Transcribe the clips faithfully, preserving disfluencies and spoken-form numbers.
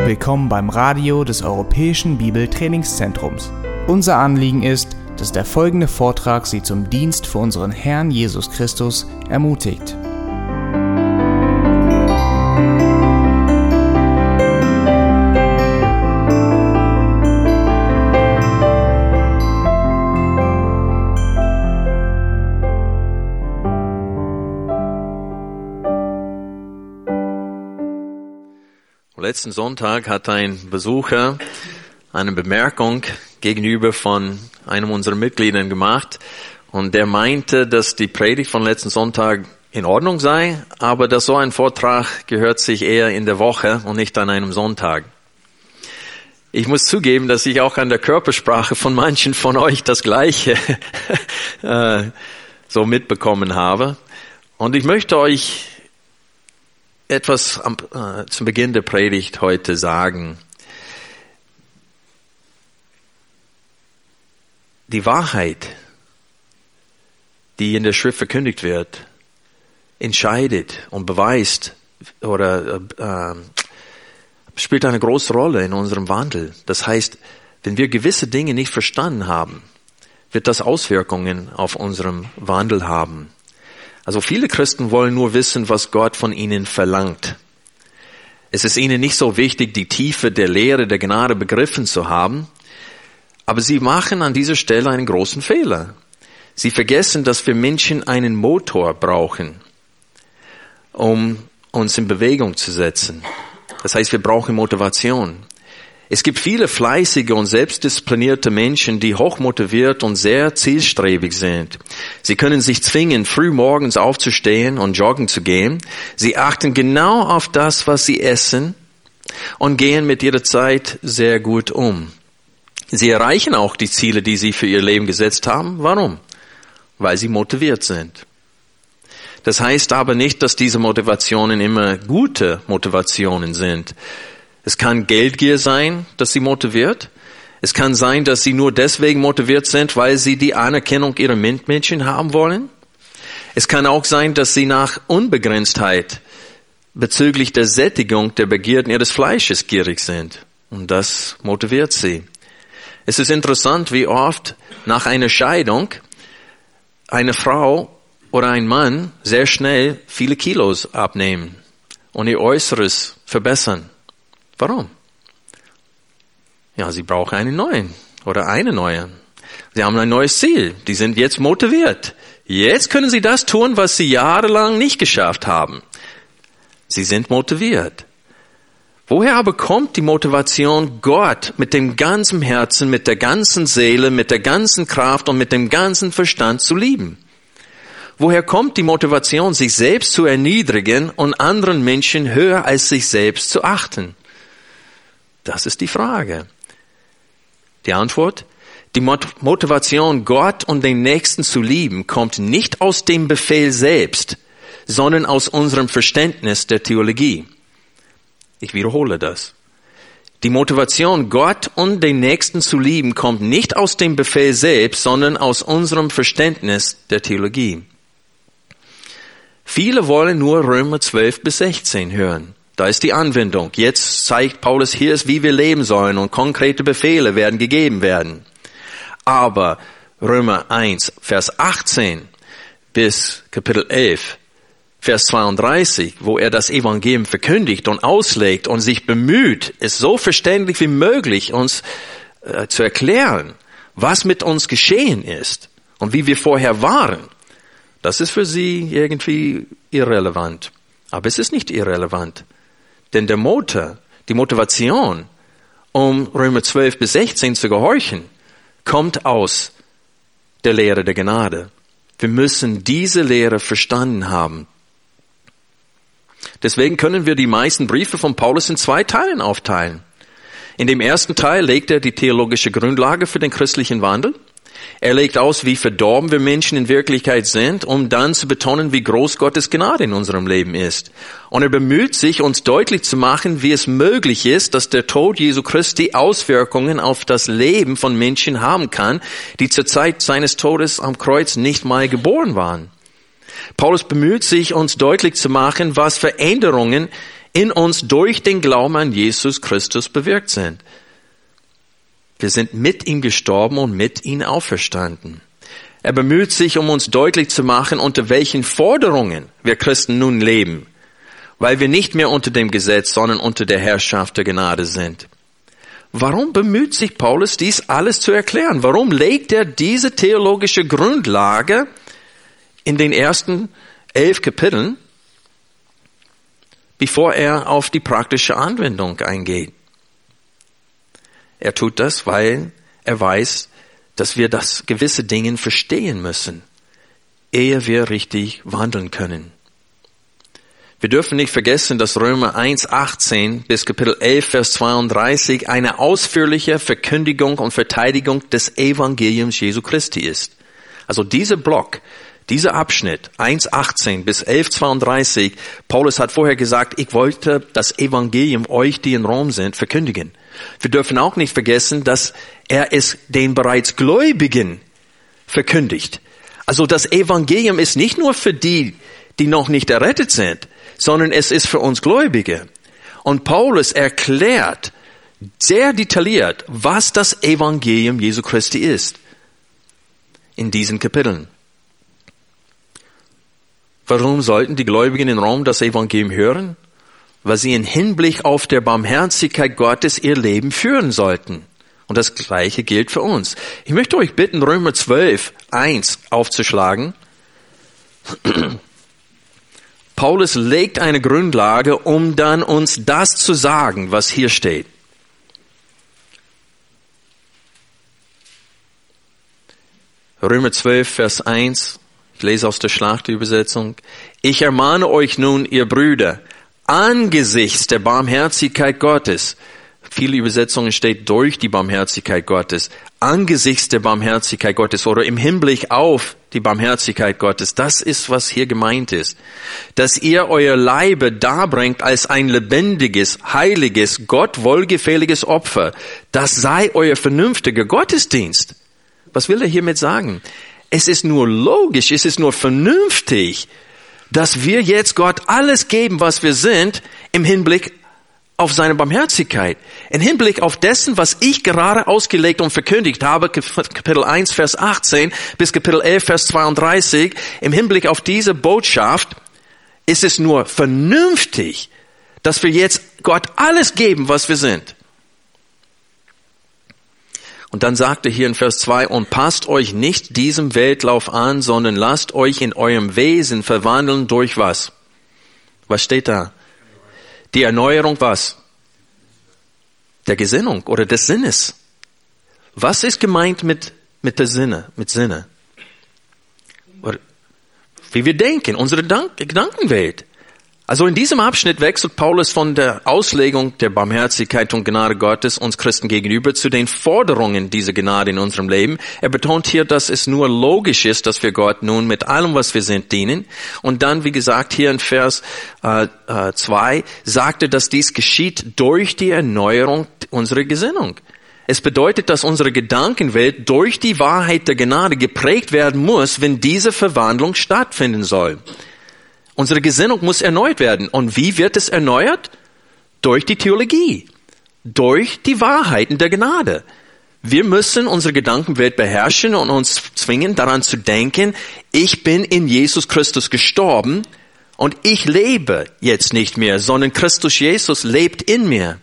Willkommen beim Radio des Europäischen Bibeltrainingszentrums. Unser Anliegen ist, dass der folgende Vortrag Sie zum Dienst für unseren Herrn Jesus Christus ermutigt. Letzten Sonntag hat ein Besucher eine Bemerkung gegenüber von einem unserer Mitgliedern gemacht und der meinte, dass die Predigt von letzten Sonntag in Ordnung sei, aber dass so ein Vortrag gehört sich eher in der Woche und nicht an einem Sonntag. Ich muss zugeben, dass ich auch an der Körpersprache von manchen von euch das Gleiche äh, so mitbekommen habe. Und ich möchte euch etwas am, äh, zum Beginn der Predigt heute sagen. Die Wahrheit, die in der Schrift verkündigt wird, entscheidet und beweist oder äh, spielt eine große Rolle in unserem Wandel. Das heißt, wenn wir gewisse Dinge nicht verstanden haben, wird das Auswirkungen auf unserem Wandel haben. Also viele Christen wollen nur wissen, was Gott von ihnen verlangt. Es ist ihnen nicht so wichtig, die Tiefe der Lehre der Gnade begriffen zu haben, aber sie machen an dieser Stelle einen großen Fehler. Sie vergessen, dass wir Menschen einen Motor brauchen, um uns in Bewegung zu setzen. Das heißt, wir brauchen Motivation. Es gibt viele fleißige und selbstdisziplinierte Menschen, die hochmotiviert und sehr zielstrebig sind. Sie können sich zwingen, früh morgens aufzustehen und joggen zu gehen. Sie achten genau auf das, was sie essen und gehen mit ihrer Zeit sehr gut um. Sie erreichen auch die Ziele, die sie für ihr Leben gesetzt haben. Warum? Weil sie motiviert sind. Das heißt aber nicht, dass diese Motivationen immer gute Motivationen sind. Es kann Geldgier sein, dass sie motiviert. Es kann sein, dass sie nur deswegen motiviert sind, weil sie die Anerkennung ihrer Mitmenschen haben wollen. Es kann auch sein, dass sie nach Unbegrenztheit bezüglich der Sättigung der Begierden ihres Fleisches gierig sind. Und das motiviert sie. Es ist interessant, wie oft nach einer Scheidung eine Frau oder ein Mann sehr schnell viele Kilos abnehmen und ihr Äußeres verbessern. Warum? Ja, sie brauchen einen neuen oder eine neue. Sie haben ein neues Ziel. Die sind jetzt motiviert. Jetzt können sie das tun, was sie jahrelang nicht geschafft haben. Sie sind motiviert. Woher aber kommt die Motivation, Gott mit dem ganzen Herzen, mit der ganzen Seele, mit der ganzen Kraft und mit dem ganzen Verstand zu lieben? Woher kommt die Motivation, sich selbst zu erniedrigen und anderen Menschen höher als sich selbst zu achten? Das ist die Frage. Die Antwort? Die Motivation, Gott und den Nächsten zu lieben, kommt nicht aus dem Befehl selbst, sondern aus unserem Verständnis der Theologie. Ich wiederhole das. Die Motivation, Gott und den Nächsten zu lieben, kommt nicht aus dem Befehl selbst, sondern aus unserem Verständnis der Theologie. Viele wollen nur Römer zwölf bis sechzehn hören. Da ist die Anwendung. Jetzt zeigt Paulus, hier ist, wie wir leben sollen und konkrete Befehle werden gegeben werden. Aber Römer eins, Vers achtzehn bis Kapitel elf, Vers zweiunddreißig, wo er das Evangelium verkündigt und auslegt und sich bemüht, es so verständlich wie möglich uns äh, zu erklären, was mit uns geschehen ist und wie wir vorher waren. Das ist für sie irgendwie irrelevant. Aber es ist nicht irrelevant. Denn der Motor, die Motivation, um Römer zwölf bis sechzehn zu gehorchen, kommt aus der Lehre der Gnade. Wir müssen diese Lehre verstanden haben. Deswegen können wir die meisten Briefe von Paulus in zwei Teilen aufteilen. In dem ersten Teil legt er die theologische Grundlage für den christlichen Wandel. Er legt aus, wie verdorben wir Menschen in Wirklichkeit sind, um dann zu betonen, wie groß Gottes Gnade in unserem Leben ist. Und er bemüht sich, uns deutlich zu machen, wie es möglich ist, dass der Tod Jesu Christi Auswirkungen auf das Leben von Menschen haben kann, die zur Zeit seines Todes am Kreuz nicht mal geboren waren. Paulus bemüht sich, uns deutlich zu machen, was Veränderungen in uns durch den Glauben an Jesus Christus bewirkt sind. Wir sind mit ihm gestorben und mit ihm auferstanden. Er bemüht sich, um uns deutlich zu machen, unter welchen Forderungen wir Christen nun leben, weil wir nicht mehr unter dem Gesetz, sondern unter der Herrschaft der Gnade sind. Warum bemüht sich Paulus, dies alles zu erklären? Warum legt er diese theologische Grundlage in den ersten elf Kapiteln, bevor er auf die praktische Anwendung eingeht? Er tut das, weil er weiß, dass wir das gewisse Dinge verstehen müssen, ehe wir richtig wandeln können. Wir dürfen nicht vergessen, dass Römer eins, achtzehn bis Kapitel elf, Vers zweiunddreißig eine ausführliche Verkündigung und Verteidigung des Evangeliums Jesu Christi ist. Also dieser Block, dieser Abschnitt, eins, achtzehn bis elf, zweiunddreißig, Paulus hat vorher gesagt, ich wollte das Evangelium euch, die in Rom sind, verkündigen. Wir dürfen auch nicht vergessen, dass er es den bereits Gläubigen verkündigt. Also das Evangelium ist nicht nur für die, die noch nicht errettet sind, sondern es ist für uns Gläubige. Und Paulus erklärt sehr detailliert, was das Evangelium Jesu Christi ist in diesen Kapiteln. Warum sollten die Gläubigen in Rom das Evangelium hören? Weil sie in Hinblick auf der Barmherzigkeit Gottes ihr Leben führen sollten. Und das Gleiche gilt für uns. Ich möchte euch bitten, Römer zwölf, eins aufzuschlagen. Paulus legt eine Grundlage, um dann uns das zu sagen, was hier steht. Römer zwölf, Vers eins. Ich lese aus der Schlachterübersetzung. Ich ermahne euch nun, ihr Brüder, angesichts der Barmherzigkeit Gottes. Viele Übersetzungen steht durch die Barmherzigkeit Gottes. Angesichts der Barmherzigkeit Gottes oder im Hinblick auf die Barmherzigkeit Gottes. Das ist, was hier gemeint ist. Dass ihr euer Leibe darbringt als ein lebendiges, heiliges, Gott wohlgefälliges Opfer. Das sei euer vernünftiger Gottesdienst. Was will er hiermit sagen? Es ist nur logisch, es ist nur vernünftig, dass wir jetzt Gott alles geben, was wir sind, im Hinblick auf seine Barmherzigkeit. Im Hinblick auf dessen, was ich gerade ausgelegt und verkündigt habe, Kapitel eins, Vers achtzehn bis Kapitel elf, Vers zweiunddreißig, im Hinblick auf diese Botschaft ist es nur vernünftig, dass wir jetzt Gott alles geben, was wir sind. Und dann sagt er hier in Vers zwei, und passt euch nicht diesem Weltlauf an, sondern lasst euch in eurem Wesen verwandeln durch was? Was steht da? Die Erneuerung was? Der Gesinnung oder des Sinnes. Was ist gemeint mit, mit der Sinne, mit Sinne? Oder wie wir denken, unsere Dank- Gedankenwelt. Also in diesem Abschnitt wechselt Paulus von der Auslegung der Barmherzigkeit und Gnade Gottes uns Christen gegenüber zu den Forderungen dieser Gnade in unserem Leben. Er betont hier, dass es nur logisch ist, dass wir Gott nun mit allem, was wir sind, dienen. Und dann, wie gesagt, hier in Vers zwei äh, äh, sagt er, dass dies geschieht durch die Erneuerung unserer Gesinnung. Es bedeutet, dass unsere Gedankenwelt durch die Wahrheit der Gnade geprägt werden muss, wenn diese Verwandlung stattfinden soll. Unsere Gesinnung muss erneuert werden. Und wie wird es erneuert? Durch die Theologie. Durch die Wahrheiten der Gnade. Wir müssen unsere Gedankenwelt beherrschen und uns zwingen, daran zu denken, ich bin in Jesus Christus gestorben und ich lebe jetzt nicht mehr, sondern Christus Jesus lebt in mir.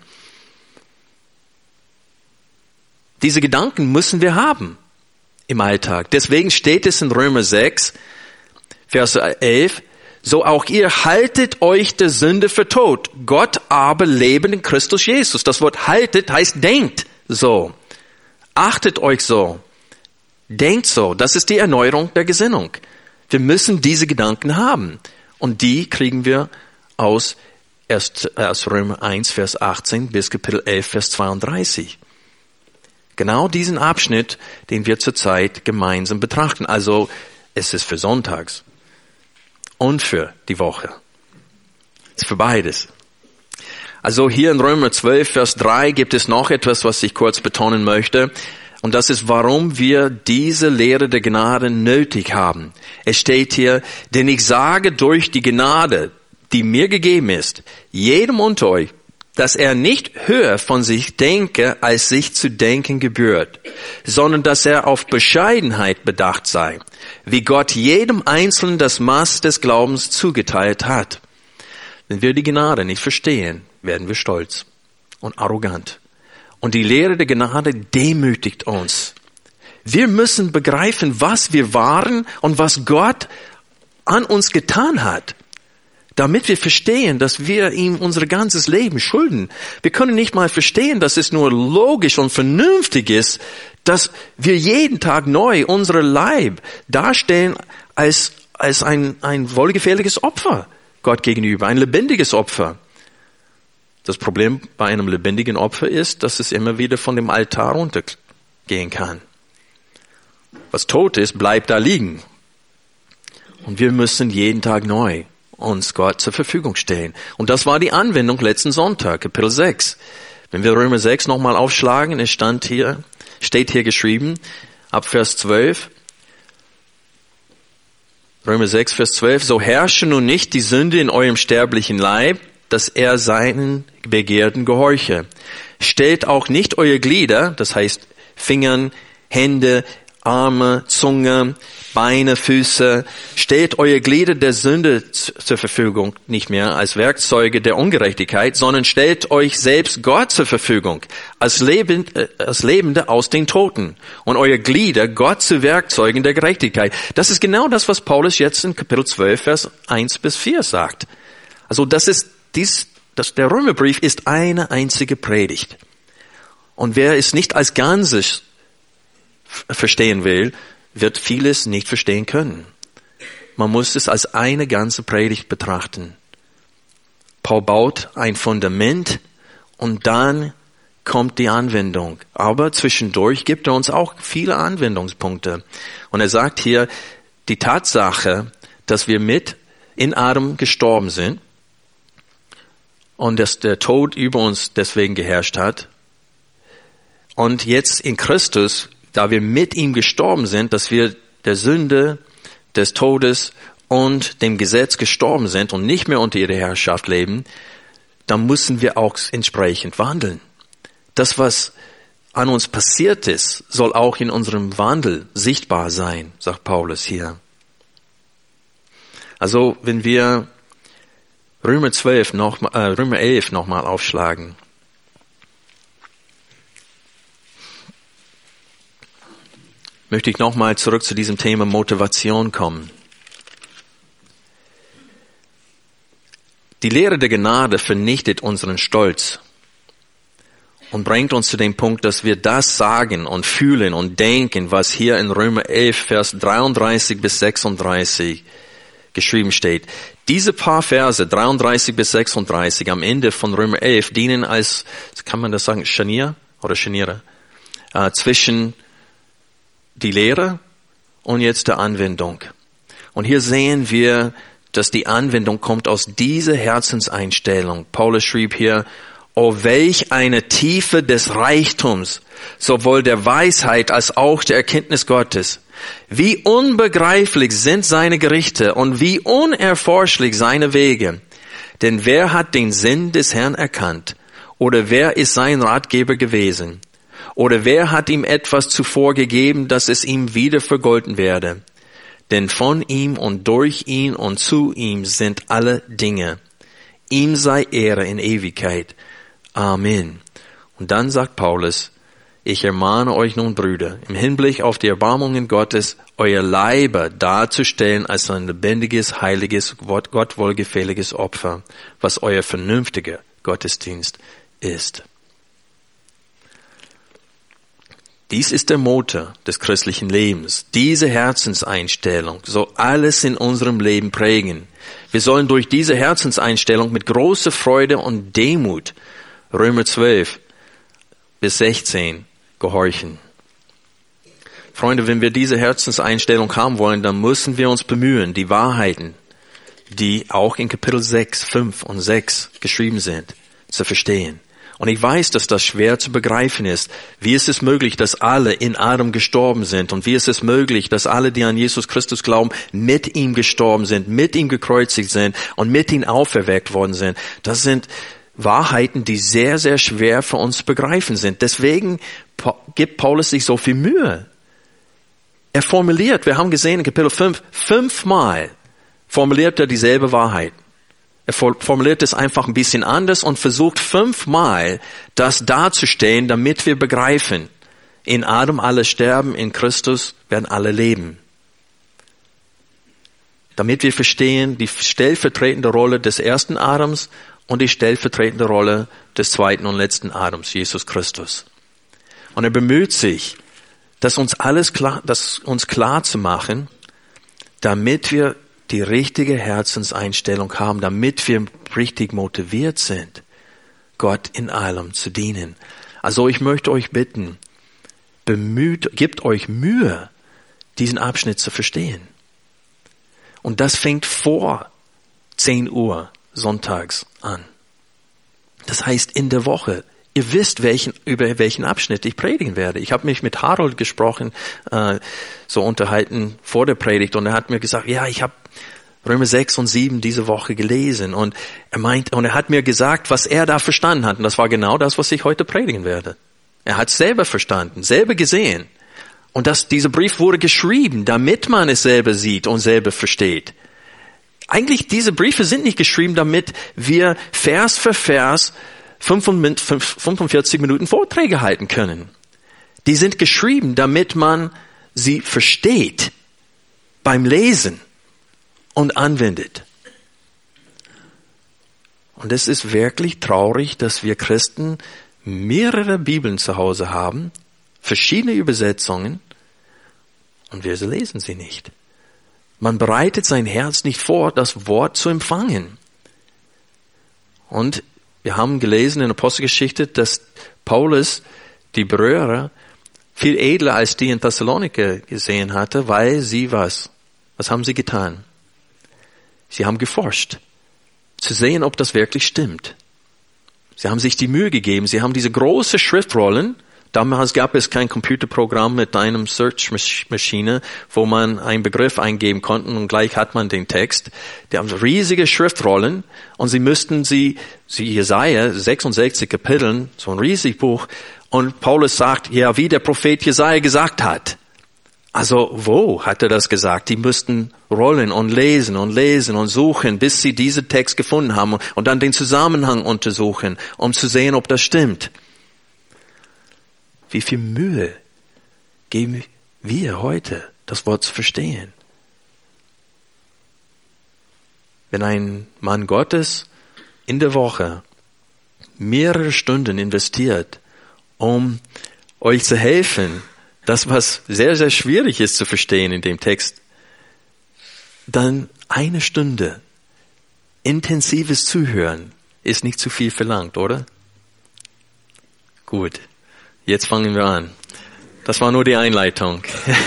Diese Gedanken müssen wir haben im Alltag. Deswegen steht es in Römer sechs, Vers elf, so auch ihr haltet euch der Sünde für tot, Gott aber leben in Christus Jesus. Das Wort haltet heißt denkt so. Achtet euch so. Denkt so. Das ist die Erneuerung der Gesinnung. Wir müssen diese Gedanken haben. Und die kriegen wir aus, erst, aus Römer eins, Vers achtzehn bis Kapitel elf, Vers zweiunddreißig. Genau diesen Abschnitt, den wir zurzeit gemeinsam betrachten. Also es ist für Sonntags. Und für die Woche. Ist für beides. Also hier in Römer zwölf, Vers drei gibt es noch etwas, was ich kurz betonen möchte. Und das ist, warum wir diese Lehre der Gnade nötig haben. Es steht hier, denn ich sage durch die Gnade, die mir gegeben ist, jedem unter euch, dass er nicht höher von sich denke, als sich zu denken gebührt, sondern dass er auf Bescheidenheit bedacht sei, wie Gott jedem Einzelnen das Maß des Glaubens zugeteilt hat. Wenn wir die Gnade nicht verstehen, werden wir stolz und arrogant. Und die Lehre der Gnade demütigt uns. Wir müssen begreifen, was wir waren und was Gott an uns getan hat, damit wir verstehen, dass wir ihm unser ganzes Leben schulden. Wir können nicht mal verstehen, dass es nur logisch und vernünftig ist, dass wir jeden Tag neu unsere Leib darstellen als, als ein, ein wohlgefälliges Opfer Gott gegenüber, ein lebendiges Opfer. Das Problem bei einem lebendigen Opfer ist, dass es immer wieder von dem Altar runtergehen kann. Was tot ist, bleibt da liegen. Und wir müssen jeden Tag neu uns Gott zur Verfügung stellen. Und das war die Anwendung letzten Sonntag, Kapitel sechs. Wenn wir Römer sechs nochmal aufschlagen, es stand hier, steht hier geschrieben, ab Vers zwölf, Römer sechs, Vers zwölf, so herrsche nun nicht die Sünde in eurem sterblichen Leib, dass er seinen Begierden gehorche. Stellt auch nicht eure Glieder, das heißt Fingern, Hände, Arme, Zunge, Beine, Füße, stellt eure Glieder der Sünde zur Verfügung, nicht mehr als Werkzeuge der Ungerechtigkeit, sondern stellt euch selbst Gott zur Verfügung, als, Lebend, äh, als Lebende aus den Toten und eure Glieder Gott zu Werkzeugen der Gerechtigkeit. Das ist genau das, was Paulus jetzt in Kapitel zwölf, Vers eins bis vier sagt. Also das ist dies, das, der Römerbrief ist eine einzige Predigt. Und wer es nicht als Ganzes verstehen will, wird vieles nicht verstehen können. Man muss es als eine ganze Predigt betrachten. Paul baut ein Fundament und dann kommt die Anwendung. Aber zwischendurch gibt er uns auch viele Anwendungspunkte. Und er sagt hier, die Tatsache, dass wir mit in Adam gestorben sind und dass der Tod über uns deswegen geherrscht hat und jetzt in Christus, da wir mit ihm gestorben sind, dass wir der Sünde, des Todes und dem Gesetz gestorben sind und nicht mehr unter ihrer Herrschaft leben, dann müssen wir auch entsprechend wandeln. Das, was an uns passiert ist, soll auch in unserem Wandel sichtbar sein, sagt Paulus hier. Also, wenn wir Römer zwölf noch, äh, Römer elf nochmal aufschlagen, möchte ich nochmal zurück zu diesem Thema Motivation kommen. Die Lehre der Gnade vernichtet unseren Stolz und bringt uns zu dem Punkt, dass wir das sagen und fühlen und denken, was hier in Römer elf, Vers dreiunddreißig bis sechsunddreißig geschrieben steht. Diese paar Verse, dreiunddreißig bis sechsunddreißig, am Ende von Römer elf, dienen als, kann man das sagen, Scharnier oder Scharniere, äh, zwischen die Lehre und jetzt der Anwendung. Und hier sehen wir, dass die Anwendung kommt aus dieser Herzenseinstellung. Paulus schrieb hier, oh, welch eine Tiefe des Reichtums, sowohl der Weisheit als auch der Erkenntnis Gottes. Wie unbegreiflich sind seine Gerichte und wie unerforschlich seine Wege. Denn wer hat den Sinn des Herrn erkannt? Oder wer ist sein Ratgeber gewesen? Oder wer hat ihm etwas zuvor gegeben, dass es ihm wieder vergolten werde? Denn von ihm und durch ihn und zu ihm sind alle Dinge. Ihm sei Ehre in Ewigkeit. Amen. Und dann sagt Paulus, ich ermahne euch nun, Brüder, im Hinblick auf die Erbarmungen Gottes, euer Leiber darzustellen als ein lebendiges, heiliges, Gott wohlgefälliges Opfer, was euer vernünftiger Gottesdienst ist. Dies ist der Motor des christlichen Lebens. Diese Herzenseinstellung soll alles in unserem Leben prägen. Wir sollen durch diese Herzenseinstellung mit großer Freude und Demut, Römer zwölf bis sechzehn, gehorchen. Freunde, wenn wir diese Herzenseinstellung haben wollen, dann müssen wir uns bemühen, die Wahrheiten, die auch in Kapitel sechs, fünf und sechs geschrieben sind, zu verstehen. Und ich weiß, dass das schwer zu begreifen ist. Wie ist es möglich, dass alle in Adam gestorben sind? Und wie ist es möglich, dass alle, die an Jesus Christus glauben, mit ihm gestorben sind, mit ihm gekreuzigt sind und mit ihm auferweckt worden sind? Das sind Wahrheiten, die sehr, sehr schwer für uns zu begreifen sind. Deswegen gibt Paulus sich so viel Mühe. Er formuliert, wir haben gesehen in Kapitel fünf, fünfmal formuliert er dieselbe Wahrheit. Er formuliert es einfach ein bisschen anders und versucht fünfmal das darzustellen, damit wir begreifen. In Adam alle sterben, in Christus werden alle leben. Damit wir verstehen die stellvertretende Rolle des ersten Adams und die stellvertretende Rolle des zweiten und letzten Adams, Jesus Christus. Und er bemüht sich, das uns alles klar, das uns klar zu machen, damit wir die richtige Herzenseinstellung haben, damit wir richtig motiviert sind, Gott in allem zu dienen. Also ich möchte euch bitten, bemüht, gebt euch Mühe, diesen Abschnitt zu verstehen. Und das fängt vor zehn Uhr sonntags an. Das heißt in der Woche. Ihr wisst, welchen, über welchen Abschnitt ich predigen werde. Ich habe mich mit Harold gesprochen, äh, so unterhalten vor der Predigt, und er hat mir gesagt, ja, ich habe Römer sechs und sieben diese Woche gelesen, und er meint, und er hat mir gesagt, was er da verstanden hat, und das war genau das, was ich heute predigen werde. Er hat es selber verstanden, selber gesehen, und dass dieser Brief wurde geschrieben, damit man es selber sieht und selber versteht. Eigentlich diese Briefe sind nicht geschrieben, damit wir Vers für Vers fünfundvierzig Minuten Vorträge halten können. Die sind geschrieben, damit man sie versteht beim Lesen und anwendet. Und es ist wirklich traurig, dass wir Christen mehrere Bibeln zu Hause haben, verschiedene Übersetzungen, und wir lesen sie nicht. Man bereitet sein Herz nicht vor, das Wort zu empfangen. Und wir haben gelesen in der Apostelgeschichte, dass Paulus die Bereiter viel edler als die in Thessalonike gesehen hatte, weil sie was? Was haben sie getan? Sie haben geforscht, zu sehen, ob das wirklich stimmt. Sie haben sich die Mühe gegeben, sie haben diese große Schriftrollen. Damals gab es kein Computerprogramm mit einem Search-Maschine, wo man einen Begriff eingeben konnte und gleich hat man den Text. Die haben riesige Schriftrollen und sie müssten sie, sie Jesaja, sechsundsechzig Kapiteln, so ein riesiges Buch, und Paulus sagt, ja, wie der Prophet Jesaja gesagt hat. Also wo hat er das gesagt? Die müssten rollen und lesen und lesen und suchen, bis sie diesen Text gefunden haben und dann den Zusammenhang untersuchen, um zu sehen, ob das stimmt. Wie viel Mühe geben wir heute, das Wort zu verstehen? Wenn ein Mann Gottes in der Woche mehrere Stunden investiert, um euch zu helfen, das, was sehr, sehr schwierig ist zu verstehen in dem Text, dann eine Stunde intensives Zuhören ist nicht zu viel verlangt, oder? Gut. Jetzt fangen wir an. Das war nur die Einleitung.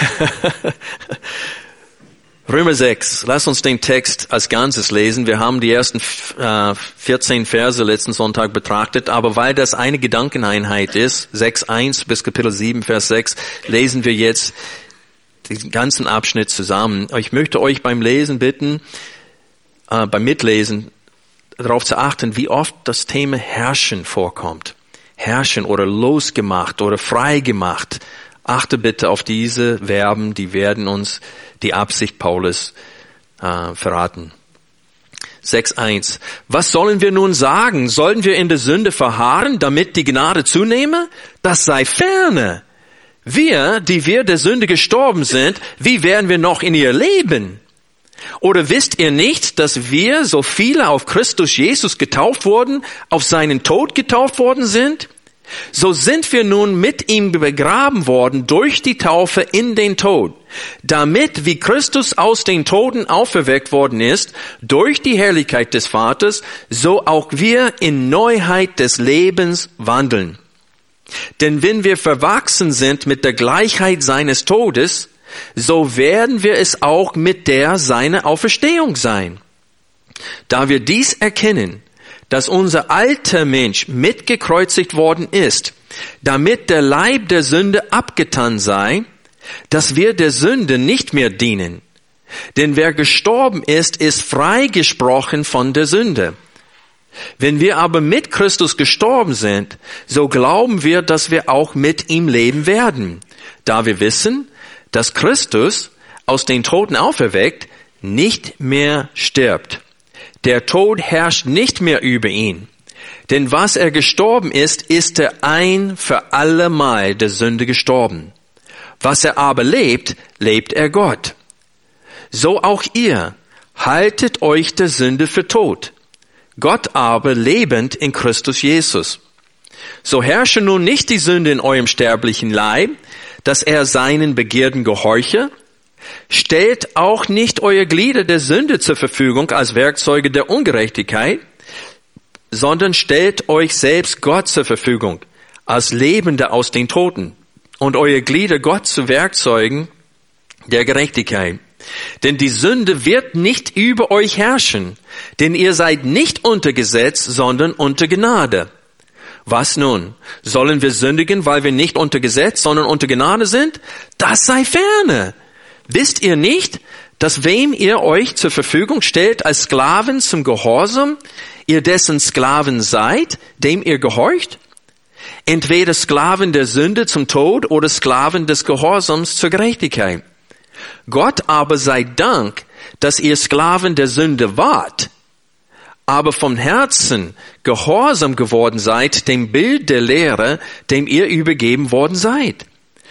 Römer sechs. Lass uns den Text als Ganzes lesen. Wir haben die ersten äh, vierzehn Verse letzten Sonntag betrachtet, aber weil das eine Gedankeneinheit ist, sechs eins bis Kapitel sieben, Vers sechs, lesen wir jetzt den ganzen Abschnitt zusammen. Ich möchte euch beim Lesen bitten, äh, beim Mitlesen, darauf zu achten, wie oft das Thema Herrschen vorkommt. Herrschen oder losgemacht oder freigemacht. Achte bitte auf diese Verben, die werden uns die Absicht Paulus äh, verraten. sechs eins. Was sollen wir nun sagen? Sollen wir in der Sünde verharren, damit die Gnade zunehme? Das sei ferne. Wir, die wir der Sünde gestorben sind, wie werden wir noch in ihr leben? Oder wisst ihr nicht, dass wir, so viele auf Christus Jesus getauft wurden, auf seinen Tod getauft worden sind? So sind wir nun mit ihm begraben worden durch die Taufe in den Tod, damit, wie Christus aus den Toten auferweckt worden ist, durch die Herrlichkeit des Vaters, so auch wir in Neuheit des Lebens wandeln. Denn wenn wir verwachsen sind mit der Gleichheit seines Todes, so werden wir es auch mit der seiner Auferstehung sein. Da wir dies erkennen, dass unser alter Mensch mitgekreuzigt worden ist, damit der Leib der Sünde abgetan sei, dass wir der Sünde nicht mehr dienen. Denn wer gestorben ist, ist freigesprochen von der Sünde. Wenn wir aber mit Christus gestorben sind, so glauben wir, dass wir auch mit ihm leben werden, da wir wissen, dass Christus, aus den Toten auferweckt, nicht mehr stirbt. Der Tod herrscht nicht mehr über ihn. Denn was er gestorben ist, ist er ein für allemal der Sünde gestorben. Was er aber lebt, lebt er Gott. So auch ihr, haltet euch der Sünde für tot. Gott aber lebend in Christus Jesus. So herrsche nun nicht die Sünde in eurem sterblichen Leib, dass er seinen Begierden gehorche. Stellt auch nicht eure Glieder der Sünde zur Verfügung als Werkzeuge der Ungerechtigkeit, sondern stellt euch selbst Gott zur Verfügung als Lebende aus den Toten und eure Glieder Gott zu Werkzeugen der Gerechtigkeit. Denn die Sünde wird nicht über euch herrschen, denn ihr seid nicht unter Gesetz, sondern unter Gnade. Was nun? Sollen wir sündigen, weil wir nicht unter Gesetz, sondern unter Gnade sind? Das sei ferne. Wisst ihr nicht, dass wem ihr euch zur Verfügung stellt als Sklaven zum Gehorsam, ihr dessen Sklaven seid, dem ihr gehorcht? Entweder Sklaven der Sünde zum Tod oder Sklaven des Gehorsams zur Gerechtigkeit. Gott aber sei Dank, dass ihr Sklaven der Sünde wart, aber vom Herzen gehorsam geworden seid dem Bild der Lehre, dem ihr übergeben worden seid.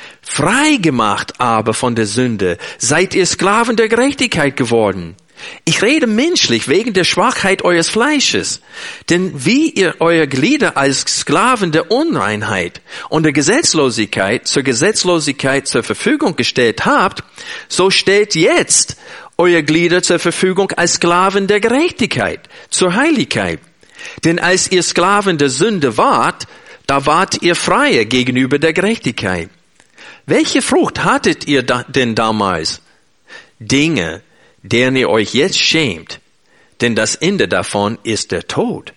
Frei gemacht aber von der Sünde seid ihr Sklaven der Gerechtigkeit geworden. Ich rede menschlich wegen der Schwachheit eures Fleisches. Denn wie ihr euer Glieder als Sklaven der Unreinheit und der Gesetzlosigkeit zur Gesetzlosigkeit zur Verfügung gestellt habt, so stellt jetzt euer Glieder zur Verfügung als Sklaven der Gerechtigkeit zur Heiligkeit. Denn als ihr Sklaven der Sünde wart, da wart ihr Freie gegenüber der Gerechtigkeit. Welche Frucht hattet ihr da denn damals? Dinge, deren ihr euch jetzt schämt, denn das Ende davon ist der Tod.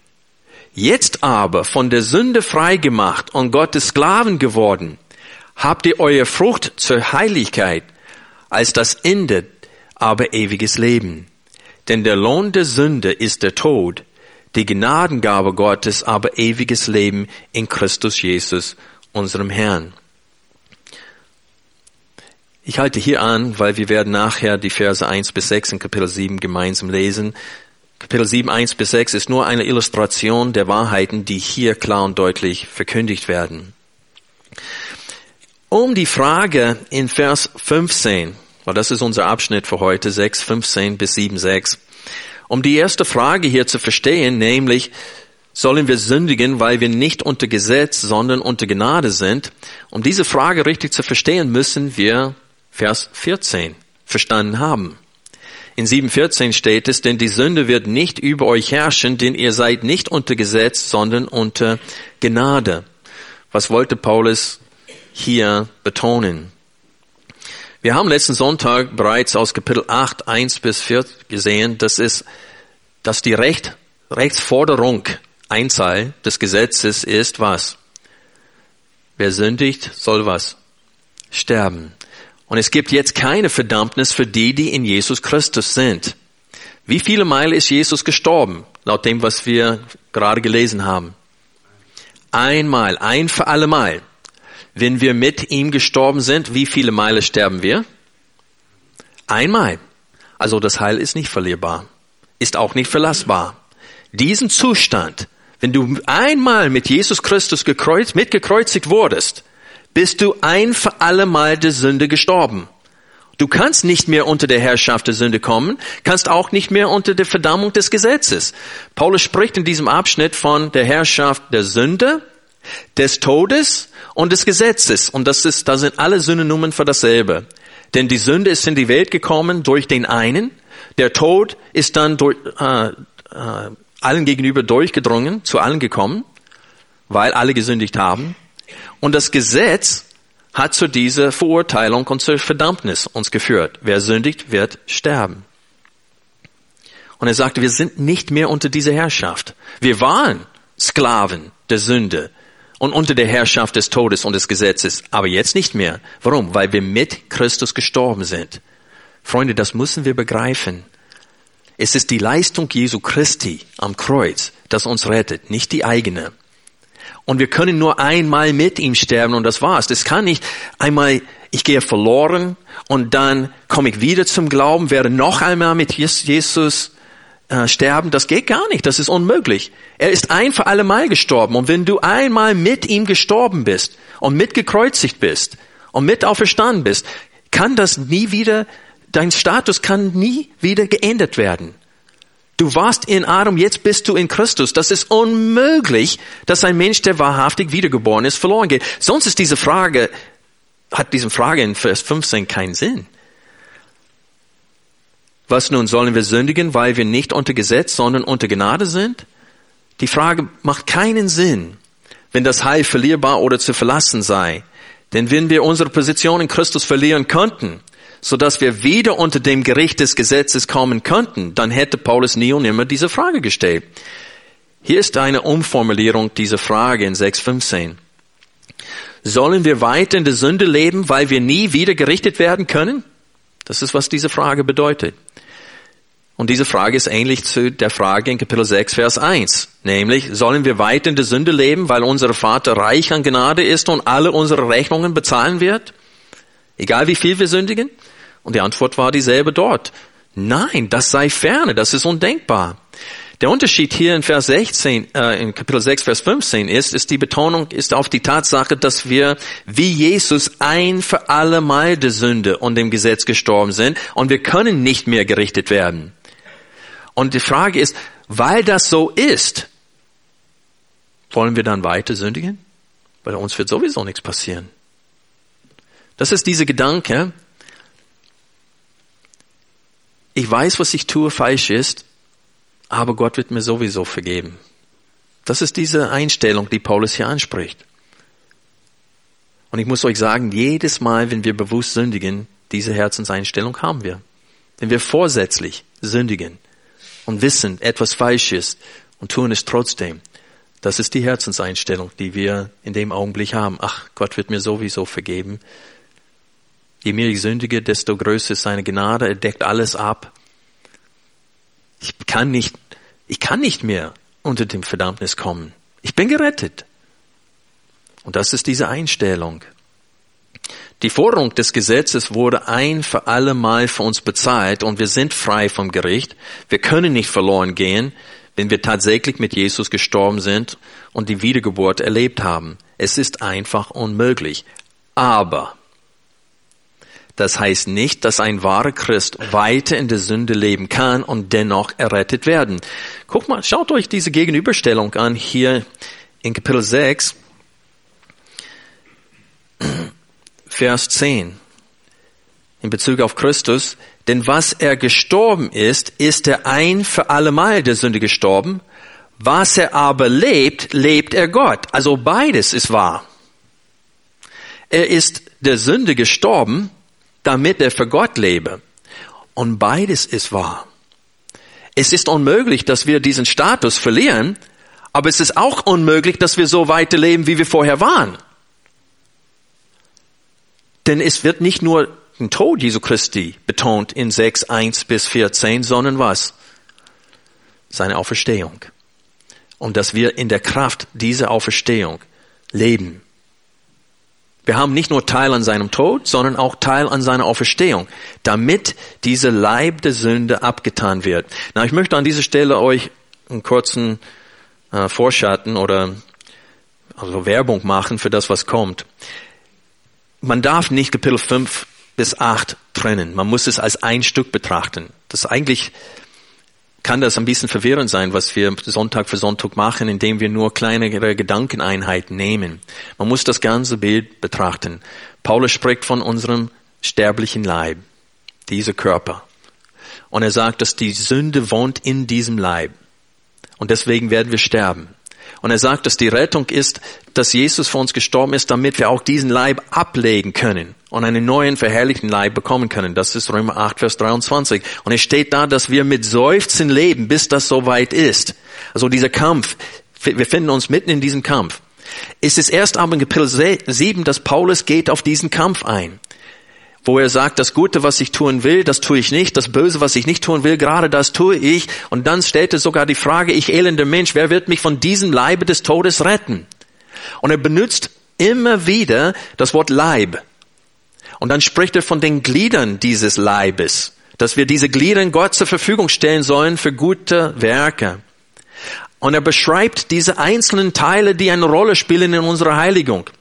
Jetzt aber von der Sünde frei gemacht und Gottes Sklaven geworden, habt ihr eure Frucht zur Heiligkeit, als das Ende aber ewiges Leben. Denn der Lohn der Sünde ist der Tod, die Gnadengabe Gottes aber ewiges Leben in Christus Jesus, unserem Herrn. Ich halte hier an, weil wir werden nachher die Verse eins bis sechs in Kapitel sieben gemeinsam lesen. Kapitel sieben, eins bis sechs ist nur eine Illustration der Wahrheiten, die hier klar und deutlich verkündigt werden. Um die Frage in Vers fünfzehn, weil das ist unser Abschnitt für heute, sechs, fünfzehn bis sieben, sechs, um die erste Frage hier zu verstehen, nämlich, sollen wir sündigen, weil wir nicht unter Gesetz, sondern unter Gnade sind? Um diese Frage richtig zu verstehen, müssen wir Vers vierzehn verstanden haben. In sieben vierzehn steht es, denn die Sünde wird nicht über euch herrschen, denn ihr seid nicht unter Gesetz, sondern unter Gnade. Was wollte Paulus hier betonen? Wir haben letzten Sonntag bereits aus Kapitel acht, eins bis vier gesehen, dass es, dass die Recht, Rechtsforderung, Einzahl des Gesetzes ist was? Wer sündigt, soll was? Sterben. Und es gibt jetzt keine Verdammnis für die, die in Jesus Christus sind. Wie viele Mal ist Jesus gestorben, laut dem, was wir gerade gelesen haben? Einmal, ein für alle Mal. Wenn wir mit ihm gestorben sind, wie viele Male sterben wir? Einmal. Also das Heil ist nicht verlierbar, ist auch nicht verlassbar. Diesen Zustand, wenn du einmal mit Jesus Christus gekreuzt, mitgekreuzigt wurdest, bist du ein für alle Mal der Sünde gestorben. Du kannst nicht mehr unter der Herrschaft der Sünde kommen, kannst auch nicht mehr unter der Verdammung des Gesetzes. Paulus spricht in diesem Abschnitt von der Herrschaft der Sünde, des Todes und des Gesetzes. Und das ist, da sind alle Synonymen für dasselbe. Denn die Sünde ist in die Welt gekommen durch den einen, der Tod ist dann durch, äh, äh, allen gegenüber durchgedrungen, zu allen gekommen, weil alle gesündigt haben. Und das Gesetz hat zu dieser Verurteilung und zur Verdammnis uns geführt. Wer sündigt, wird sterben. Und er sagte, wir sind nicht mehr unter dieser Herrschaft. Wir waren Sklaven der Sünde und unter der Herrschaft des Todes und des Gesetzes, aber jetzt nicht mehr. Warum? Weil wir mit Christus gestorben sind. Freunde, das müssen wir begreifen. Es ist die Leistung Jesu Christi am Kreuz, das uns rettet, nicht die eigene. Und wir können nur einmal mit ihm sterben und das war's. Das kann nicht einmal, ich gehe verloren und dann komme ich wieder zum Glauben, werde noch einmal mit Jesus äh, sterben. Das geht gar nicht, das ist unmöglich. Er ist ein für alle Mal gestorben und wenn du einmal mit ihm gestorben bist und mit gekreuzigt bist und mit auferstanden bist, kann das nie wieder, dein Status kann nie wieder geändert werden. Du warst in Adam, jetzt bist du in Christus. Das ist unmöglich, dass ein Mensch, der wahrhaftig wiedergeboren ist, verloren geht. Sonst ist diese Frage, hat diese Frage in Vers fünfzehn keinen Sinn. Was nun, sollen wir sündigen, weil wir nicht unter Gesetz, sondern unter Gnade sind? Die Frage macht keinen Sinn, wenn das Heil verlierbar oder zu verlassen sei. Denn wenn wir unsere Position in Christus verlieren könnten, so dass wir wieder unter dem Gericht des Gesetzes kommen könnten, dann hätte Paulus nie und nimmer diese Frage gestellt. Hier ist eine Umformulierung dieser Frage in sechs fünfzehn. Sollen wir weiter in der Sünde leben, weil wir nie wieder gerichtet werden können? Das ist, was diese Frage bedeutet. Und diese Frage ist ähnlich zu der Frage in Kapitel sechs, Vers eins. Nämlich, sollen wir weiter in der Sünde leben, weil unser Vater reich an Gnade ist und alle unsere Rechnungen bezahlen wird? Egal wie viel wir sündigen? Und die Antwort war dieselbe dort. Nein, das sei ferne, das ist undenkbar. Der Unterschied hier in Vers sechzehn, äh, in Kapitel sechs, Vers fünfzehn ist, ist die Betonung ist auf die Tatsache, dass wir wie Jesus ein für alle Mal der Sünde und dem Gesetz gestorben sind und wir können nicht mehr gerichtet werden. Und die Frage ist, weil das so ist, wollen wir dann weiter sündigen? Bei uns wird sowieso nichts passieren. Das ist dieser Gedanke, ich weiß, was ich tue, falsch ist, aber Gott wird mir sowieso vergeben. Das ist diese Einstellung, die Paulus hier anspricht. Und ich muss euch sagen, jedes Mal, wenn wir bewusst sündigen, diese Herzenseinstellung haben wir. Wenn wir vorsätzlich sündigen und wissen, etwas falsch ist und tun es trotzdem, das ist die Herzenseinstellung, die wir in dem Augenblick haben. Ach, Gott wird mir sowieso vergeben. Je mehr ich sündige, desto größer ist seine Gnade. Er deckt alles ab. Ich kann nicht, ich kann nicht mehr unter dem Verdammnis kommen. Ich bin gerettet. Und das ist diese Einstellung. Die Forderung des Gesetzes wurde ein für alle Mal für uns bezahlt und wir sind frei vom Gericht. Wir können nicht verloren gehen, wenn wir tatsächlich mit Jesus gestorben sind und die Wiedergeburt erlebt haben. Es ist einfach unmöglich. Aber das heißt nicht, dass ein wahrer Christ weiter in der Sünde leben kann und dennoch errettet werden. Guck mal, schaut euch diese Gegenüberstellung an hier in Kapitel sechs, Vers zehn. In Bezug auf Christus. Denn was er gestorben ist, ist er ein für allemal der Sünde gestorben. Was er aber lebt, lebt er Gott. Also beides ist wahr. Er ist der Sünde gestorben, damit er für Gott lebe. Und beides ist wahr. Es ist unmöglich, dass wir diesen Status verlieren, aber es ist auch unmöglich, dass wir so weiterleben, wie wir vorher waren. Denn es wird nicht nur den Tod Jesu Christi betont in sechs, eins bis vierzehn, sondern was? Seine Auferstehung. Und dass wir in der Kraft dieser Auferstehung leben. Wir haben nicht nur Teil an seinem Tod, sondern auch Teil an seiner Auferstehung, damit dieser Leib der Sünde abgetan wird. Na, ich möchte an dieser Stelle euch einen kurzen äh, Vorschatten oder also Werbung machen für das, was kommt. Man darf nicht Kapitel fünf bis acht trennen. Man muss es als ein Stück betrachten. Das eigentlich kann das ein bisschen verwirrend sein, was wir Sonntag für Sonntag machen, indem wir nur kleinere Gedankeneinheiten nehmen. Man muss das ganze Bild betrachten. Paulus spricht von unserem sterblichen Leib, dieser Körper. Und er sagt, dass die Sünde wohnt in diesem Leib. Und deswegen werden wir sterben. Und er sagt, dass die Rettung ist, dass Jesus für uns gestorben ist, damit wir auch diesen Leib ablegen können und einen neuen, verherrlichten Leib bekommen können. Das ist Römer acht, Vers dreiundzwanzig. Und es steht da, dass wir mit Seufzen leben, bis das soweit ist. Also dieser Kampf, wir finden uns mitten in diesem Kampf. Es ist erst aber in Kapitel sieben, dass Paulus geht auf diesen Kampf ein, wo er sagt, das Gute, was ich tun will, das tue ich nicht, das Böse, was ich nicht tun will, gerade das tue ich. Und dann stellt er sogar die Frage, ich elender Mensch, wer wird mich von diesem Leibe des Todes retten? Und er benutzt immer wieder das Wort Leib. Und dann spricht er von den Gliedern dieses Leibes, dass wir diese Glieder Gott zur Verfügung stellen sollen für gute Werke. Und er beschreibt diese einzelnen Teile, die eine Rolle spielen in unserer Heiligung.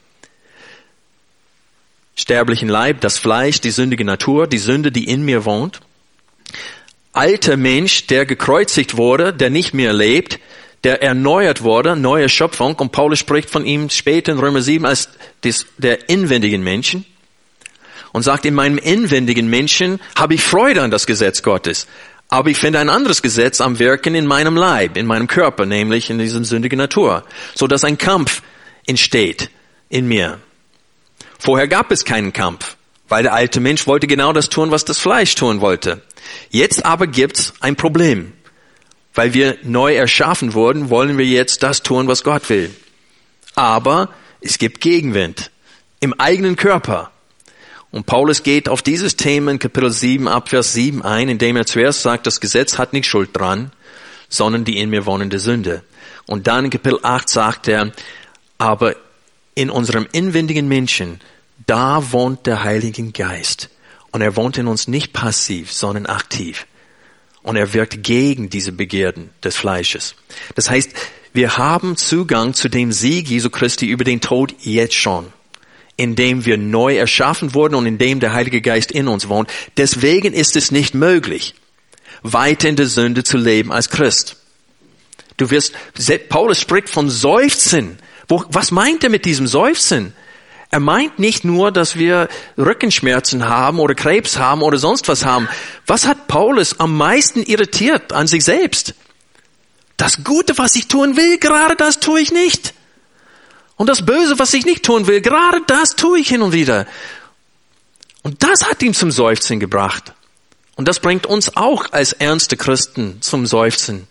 Sterblichen Leib, das Fleisch, die sündige Natur, die Sünde, die in mir wohnt. Alter Mensch, der gekreuzigt wurde, der nicht mehr lebt, der erneuert wurde, neue Schöpfung. Und Paulus spricht von ihm später in Römer sieben als des, der inwendigen Menschen. Und sagt, in meinem inwendigen Menschen habe ich Freude an das Gesetz Gottes. Aber ich finde ein anderes Gesetz am Wirken in meinem Leib, in meinem Körper, nämlich in dieser sündigen Natur. So dass ein Kampf entsteht in mir. Vorher gab es keinen Kampf, weil der alte Mensch wollte genau das tun, was das Fleisch tun wollte. Jetzt aber gibt's ein Problem. Weil wir neu erschaffen wurden, wollen wir jetzt das tun, was Gott will. Aber es gibt Gegenwind im eigenen Körper. Und Paulus geht auf dieses Thema in Kapitel sieben, ab Vers sieben ein, indem er zuerst sagt, das Gesetz hat nicht Schuld dran, sondern die in mir wohnende Sünde. Und dann in Kapitel acht sagt er, aber in unserem inwendigen Menschen, da wohnt der Heilige Geist. Und er wohnt in uns nicht passiv, sondern aktiv. Und er wirkt gegen diese Begierden des Fleisches. Das heißt, wir haben Zugang zu dem Sieg Jesu Christi über den Tod jetzt schon, indem wir neu erschaffen wurden und indem der Heilige Geist in uns wohnt. Deswegen ist es nicht möglich, weiter in der Sünde zu leben als Christ. Du wirst, Paulus spricht von Seufzen. Wo, was meint er mit diesem Seufzen? Er meint nicht nur, dass wir Rückenschmerzen haben oder Krebs haben oder sonst was haben. Was hat Paulus am meisten irritiert an sich selbst? Das Gute, was ich tun will, gerade das tue ich nicht. Und das Böse, was ich nicht tun will, gerade das tue ich hin und wieder. Und das hat ihn zum Seufzen gebracht. Und das bringt uns auch als ernste Christen zum Seufzen.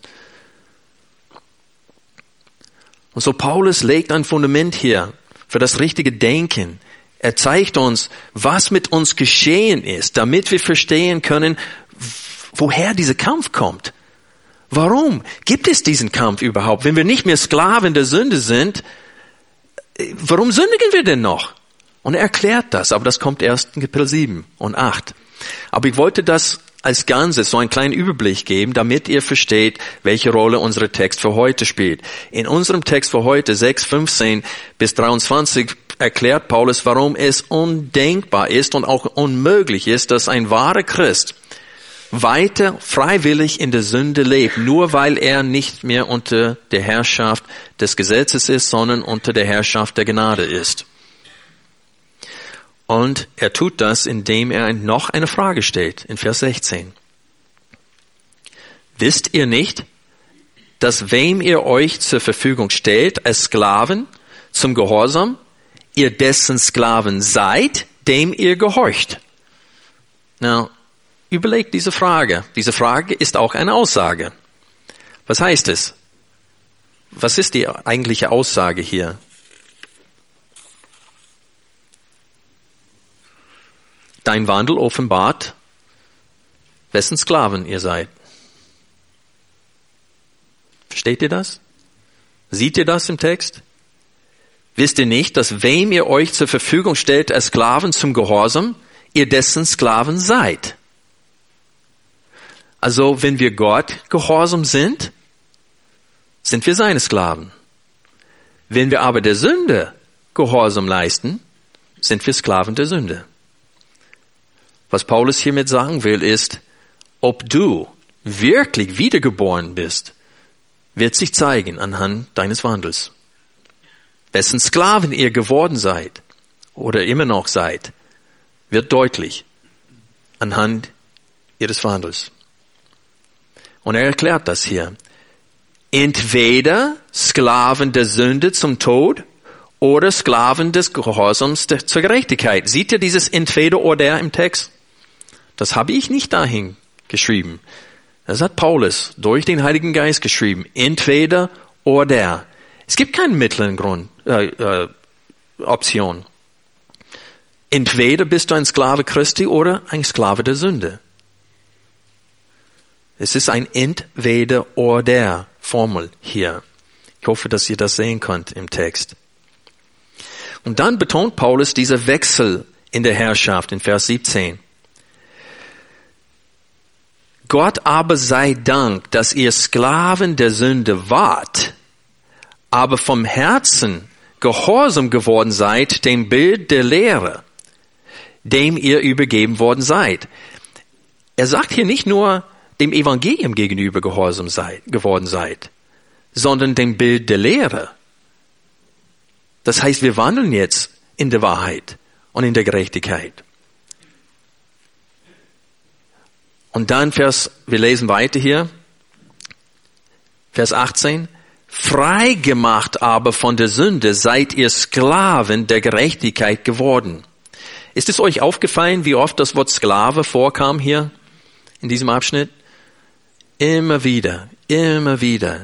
Und so Paulus legt ein Fundament hier für das richtige Denken. Er zeigt uns, was mit uns geschehen ist, damit wir verstehen können, woher dieser Kampf kommt. Warum gibt es diesen Kampf überhaupt? Wenn wir nicht mehr Sklaven der Sünde sind, warum sündigen wir denn noch? Und er erklärt das, aber das kommt erst in Kapitel sieben und acht. Aber ich wollte das als Ganzes so einen kleinen Überblick geben, damit ihr versteht, welche Rolle unser Text für heute spielt. In unserem Text für heute, sechs, fünfzehn bis dreiundzwanzig, erklärt Paulus, warum es undenkbar ist und auch unmöglich ist, dass ein wahrer Christ weiter freiwillig in der Sünde lebt, nur weil er nicht mehr unter der Herrschaft des Gesetzes ist, sondern unter der Herrschaft der Gnade ist. Und er tut das, indem er noch eine Frage stellt, in Vers sechzehn. Wisst ihr nicht, dass wem ihr euch zur Verfügung stellt als Sklaven zum Gehorsam, ihr dessen Sklaven seid, dem ihr gehorcht? Na, überlegt diese Frage. Diese Frage ist auch eine Aussage. Was heißt es? Was ist die eigentliche Aussage hier? Dein Wandel offenbart, wessen Sklaven ihr seid. Versteht ihr das? Seht ihr das im Text? Wisst ihr nicht, dass wem ihr euch zur Verfügung stellt als Sklaven zum Gehorsam, ihr dessen Sklaven seid? Also, wenn wir Gott gehorsam sind, sind wir seine Sklaven. Wenn wir aber der Sünde Gehorsam leisten, sind wir Sklaven der Sünde. Was Paulus hiermit sagen will, ist, ob du wirklich wiedergeboren bist, wird sich zeigen anhand deines Wandels. Wessen Sklaven ihr geworden seid oder immer noch seid, wird deutlich anhand ihres Wandels. Und er erklärt das hier. entweder Sklaven der Sünde zum Tod oder Sklaven des Gehorsams der, zur Gerechtigkeit. Seht ihr dieses entweder oder im Text? Das habe ich nicht dahin geschrieben. Das hat Paulus durch den Heiligen Geist geschrieben. Entweder oder. Es gibt keinen mittleren Grund, äh, äh, Option. Entweder bist du ein Sklave Christi oder ein Sklave der Sünde. Es ist ein entweder oder Formel hier. Ich hoffe, dass ihr das sehen könnt im Text. Und dann betont Paulus dieser Wechsel in der Herrschaft in Vers siebzehn. Gott aber sei Dank, dass ihr Sklaven der Sünde wart, aber vom Herzen gehorsam geworden seid dem Bild der Lehre, dem ihr übergeben worden seid. Er sagt hier nicht nur, dem Evangelium gegenüber gehorsam seid, geworden seid, sondern dem Bild der Lehre. Das heißt, wir wandeln jetzt in der Wahrheit und in der Gerechtigkeit. Und dann Vers, wir lesen weiter hier, Vers achtzehn. Frei gemacht aber von der Sünde seid ihr Sklaven der Gerechtigkeit geworden. Ist es euch aufgefallen, wie oft das Wort Sklave vorkam hier in diesem Abschnitt? Immer wieder, immer wieder.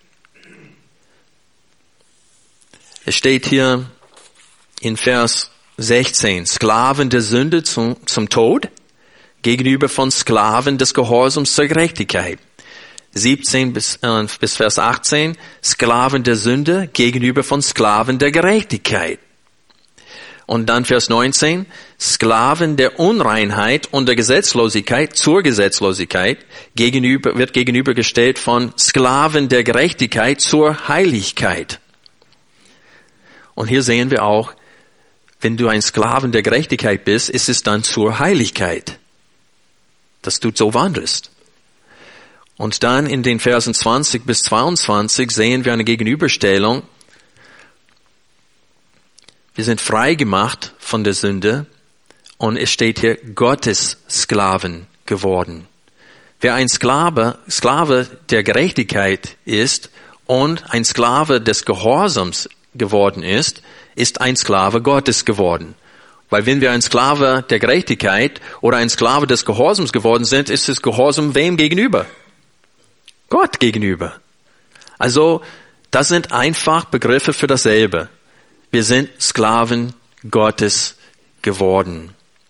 Es steht hier in Vers sechzehn, Sklaven der Sünde zum, zum Tod, gegenüber von Sklaven des Gehorsams zur Gerechtigkeit. siebzehn bis, äh, bis Vers achtzehn, Sklaven der Sünde gegenüber von Sklaven der Gerechtigkeit. Und dann Vers neunzehn, Sklaven der Unreinheit und der Gesetzlosigkeit zur Gesetzlosigkeit gegenüber, wird gegenübergestellt von Sklaven der Gerechtigkeit zur Heiligkeit. Und hier sehen wir auch, wenn du ein Sklaven der Gerechtigkeit bist, ist es dann zur Heiligkeit, dass du so wandelst. Und dann in den Versen zwanzig bis zweiundzwanzig sehen wir eine Gegenüberstellung. Wir sind frei gemacht von der Sünde und es steht hier Gottes Sklaven geworden. Wer ein Sklave, Sklave der Gerechtigkeit ist und ein Sklave des Gehorsams geworden ist, ist ein Sklave Gottes geworden. Weil wenn wir ein Sklave der Gerechtigkeit oder ein Sklave des Gehorsams geworden sind, ist es Gehorsam wem gegenüber? Gott gegenüber. Also, das sind einfach Begriffe für dasselbe. Wir sind Sklaven Gottes geworden.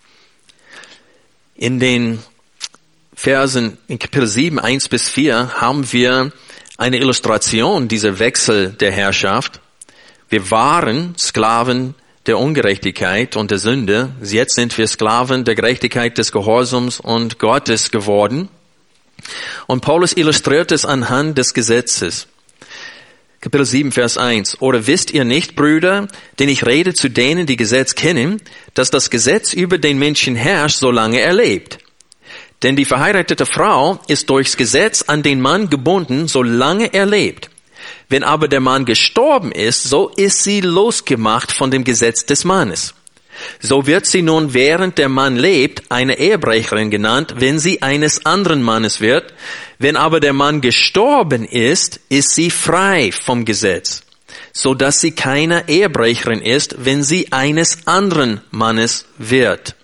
In den Versen in Kapitel sieben, eins bis vier haben wir eine Illustration dieser Wechsel der Herrschaft. Wir waren Sklaven der Ungerechtigkeit und der Sünde. Jetzt sind wir Sklaven der Gerechtigkeit, des Gehorsams und Gottes geworden. Und Paulus illustriert es anhand des Gesetzes. Kapitel sieben, Vers eins. Oder wisst ihr nicht, Brüder, denn ich rede zu denen, die Gesetz kennen, dass das Gesetz über den Menschen herrscht, solange er lebt. Denn die verheiratete Frau ist durchs Gesetz an den Mann gebunden, solange er lebt. Wenn aber der Mann gestorben ist, so ist sie losgemacht von dem Gesetz des Mannes. So wird sie nun, während der Mann lebt, eine Ehebrecherin genannt, wenn sie eines anderen Mannes wird. Wenn aber der Mann gestorben ist, ist sie frei vom Gesetz, so dass sie keine Ehebrecherin ist, wenn sie eines anderen Mannes wird.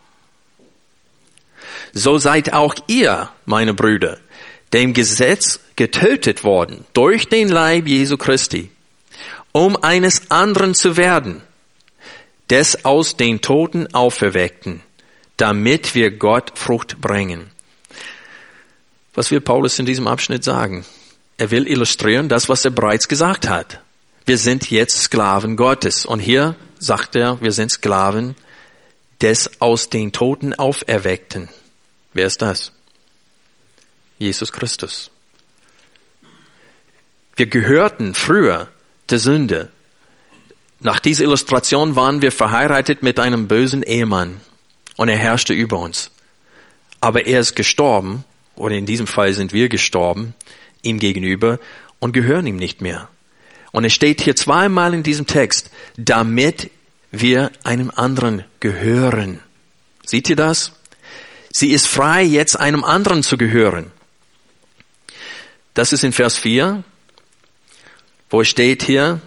So seid auch ihr, meine Brüder, dem Gesetz getötet worden durch den Leib Jesu Christi, um eines anderen zu werden, des aus den Toten Auferweckten, damit wir Gott Frucht bringen. Was will Paulus in diesem Abschnitt sagen? Er will illustrieren das, was er bereits gesagt hat. Wir sind jetzt Sklaven Gottes. Und hier sagt er, wir sind Sklaven des aus den Toten Auferweckten. Wer ist das? Jesus Christus. Wir gehörten früher der Sünde. Nach dieser Illustration waren wir verheiratet mit einem bösen Ehemann und er herrschte über uns. Aber er ist gestorben, oder in diesem Fall sind wir gestorben, ihm gegenüber und gehören ihm nicht mehr. Und es steht hier zweimal in diesem Text, damit wir einem anderen gehören. Seht ihr das? Sie ist frei, jetzt einem anderen zu gehören. Das ist in Vers vier. wo es steht hier,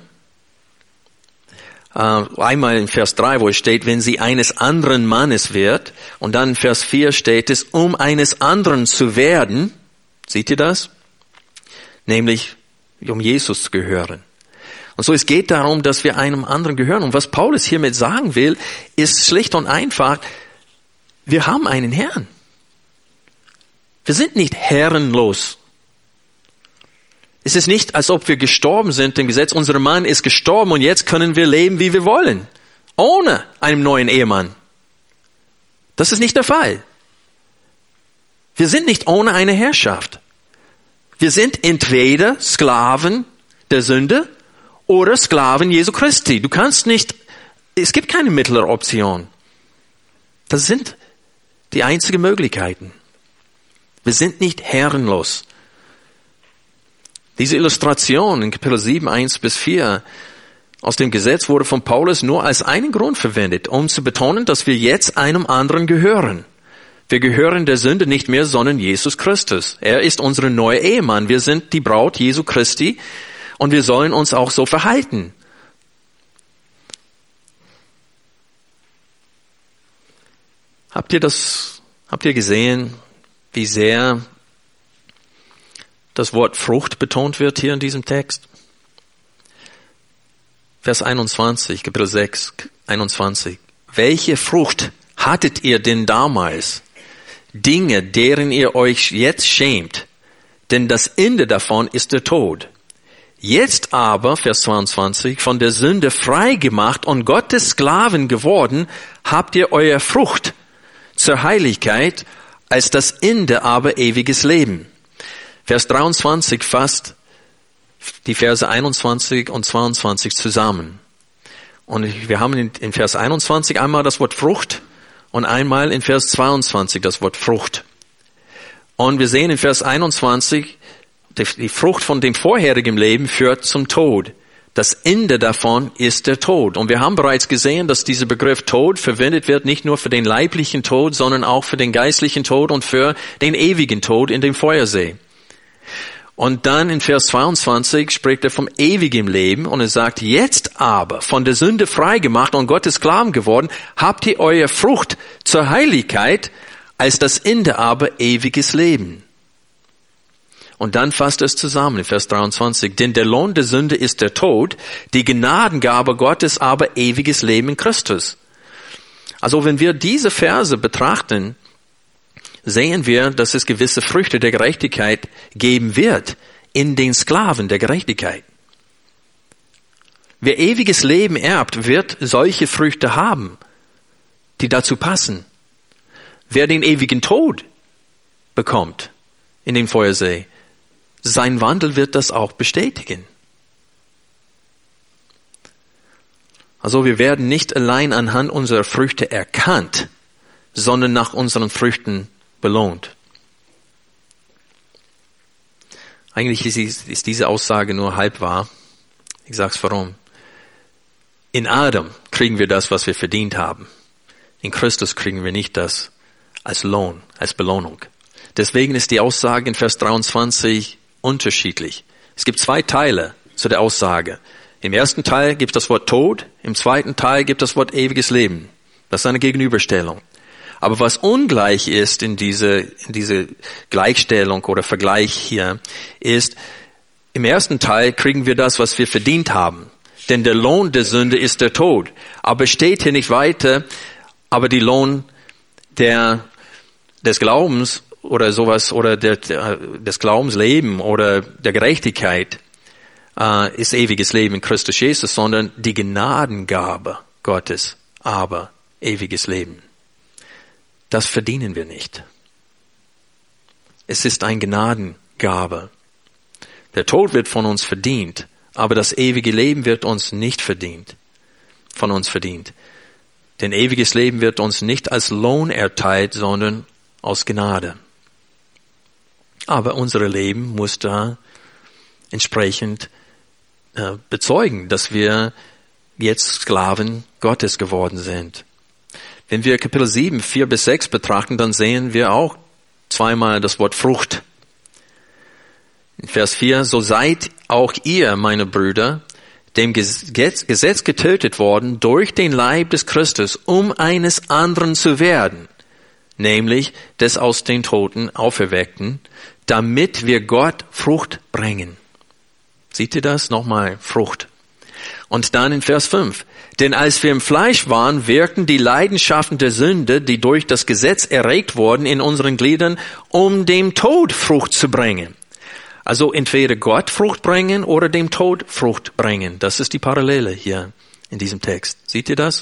äh, einmal in Vers drei, wo es steht, wenn sie eines anderen Mannes wird, und dann in Vers vier steht es, um eines anderen zu werden. Seht ihr das? Nämlich, um Jesus zu gehören. Und so, es geht darum, dass wir einem anderen gehören. Und was Paulus hiermit sagen will, ist schlicht und einfach, wir haben einen Herrn. Wir sind nicht herrenlos. Es ist nicht, als ob wir gestorben sind im Gesetz. Unser Mann ist gestorben und jetzt können wir leben, wie wir wollen. Ohne einen neuen Ehemann. Das ist nicht der Fall. Wir sind nicht ohne eine Herrschaft. Wir sind entweder Sklaven der Sünde oder Sklaven Jesu Christi. Du kannst nicht, es gibt keine mittlere Option. Das sind die einzigen Möglichkeiten. Wir sind nicht herrenlos. Diese Illustration in Kapitel sieben, eins bis vier aus dem Gesetz wurde von Paulus nur als einen Grund verwendet, um zu betonen, dass wir jetzt einem anderen gehören. Wir gehören der Sünde nicht mehr, sondern Jesus Christus. Er ist unser neuer Ehemann. Wir sind die Braut Jesu Christi und wir sollen uns auch so verhalten. Habt ihr das, habt ihr gesehen, wie sehr das Wort Frucht betont wird hier in diesem Text? Vers einundzwanzig, Kapitel sechs, einundzwanzig. Welche Frucht hattet ihr denn damals? Dinge, deren ihr euch jetzt schämt, denn das Ende davon ist der Tod. Jetzt aber, Vers zweiundzwanzig, von der Sünde frei gemacht und Gottes Sklaven geworden, habt ihr euer Frucht zur Heiligkeit, als das Ende aber ewiges Leben. Vers dreiundzwanzig fasst die Verse einundzwanzig und zweiundzwanzig zusammen. Und wir haben in Vers einundzwanzig einmal das Wort Frucht und einmal in Vers zweiundzwanzig das Wort Frucht. Und wir sehen in Vers einundzwanzig, die Frucht von dem vorherigen Leben führt zum Tod. Das Ende davon ist der Tod. Und wir haben bereits gesehen, dass dieser Begriff Tod verwendet wird, nicht nur für den leiblichen Tod, sondern auch für den geistlichen Tod und für den ewigen Tod in dem Feuersee. Und dann in Vers zweiundzwanzig spricht er vom ewigen Leben und er sagt, jetzt aber, von der Sünde frei gemacht und Gottes Sklaven geworden, habt ihr eure Frucht zur Heiligkeit, als das Ende aber ewiges Leben. Und dann fasst es zusammen in Vers dreiundzwanzig, denn der Lohn der Sünde ist der Tod, die Gnadengabe Gottes aber ewiges Leben in Christus. Also wenn wir diese Verse betrachten, sehen wir, dass es gewisse Früchte der Gerechtigkeit geben wird in den Sklaven der Gerechtigkeit. Wer ewiges Leben erbt, wird solche Früchte haben, die dazu passen. Wer den ewigen Tod bekommt in den Feuersee, sein Wandel wird das auch bestätigen. Also wir werden nicht allein anhand unserer Früchte erkannt, sondern nach unseren Früchten belohnt. Eigentlich ist, ist diese Aussage nur halb wahr. Ich sag's warum. In Adam kriegen wir das, was wir verdient haben. In Christus kriegen wir nicht das als Lohn, als Belohnung. Deswegen ist die Aussage in Vers dreiundzwanzig unterschiedlich. Es gibt zwei Teile zu der Aussage. Im ersten Teil gibt es das Wort Tod, im zweiten Teil gibt es das Wort ewiges Leben. Das ist eine Gegenüberstellung. Aber was ungleich ist in diese, in diese Gleichstellung oder Vergleich hier, ist, im ersten Teil kriegen wir das, was wir verdient haben. Denn der Lohn der Sünde ist der Tod. Aber es steht hier nicht weiter, aber die Lohn der, des Glaubens oder sowas, oder der, der, des Glaubensleben oder der Gerechtigkeit äh, ist ewiges Leben in Christus Jesus, sondern die Gnadengabe Gottes, aber ewiges Leben. Das verdienen wir nicht. Es ist eine Gnadengabe. Der Tod wird von uns verdient, aber das ewige Leben wird uns nicht verdient, von uns verdient. Denn ewiges Leben wird uns nicht als Lohn erteilt, sondern aus Gnade. Aber unser Leben muss da entsprechend äh, bezeugen, dass wir jetzt Sklaven Gottes geworden sind. Wenn wir Kapitel sieben, vier bis sechs betrachten, dann sehen wir auch zweimal das Wort Frucht. In Vers vier, so seid auch ihr, meine Brüder, dem Gesetz, Gesetz getötet worden durch den Leib des Christus, um eines anderen zu werden, nämlich des aus den Toten Auferweckten, damit wir Gott Frucht bringen. Seht ihr das? Nochmal, Frucht. Und dann in Vers fünf. Denn als wir im Fleisch waren, wirkten die Leidenschaften der Sünde, die durch das Gesetz erregt wurden, in unseren Gliedern, um dem Tod Frucht zu bringen. Also entweder Gott Frucht bringen oder dem Tod Frucht bringen. Das ist die Parallele hier in diesem Text. Seht ihr das?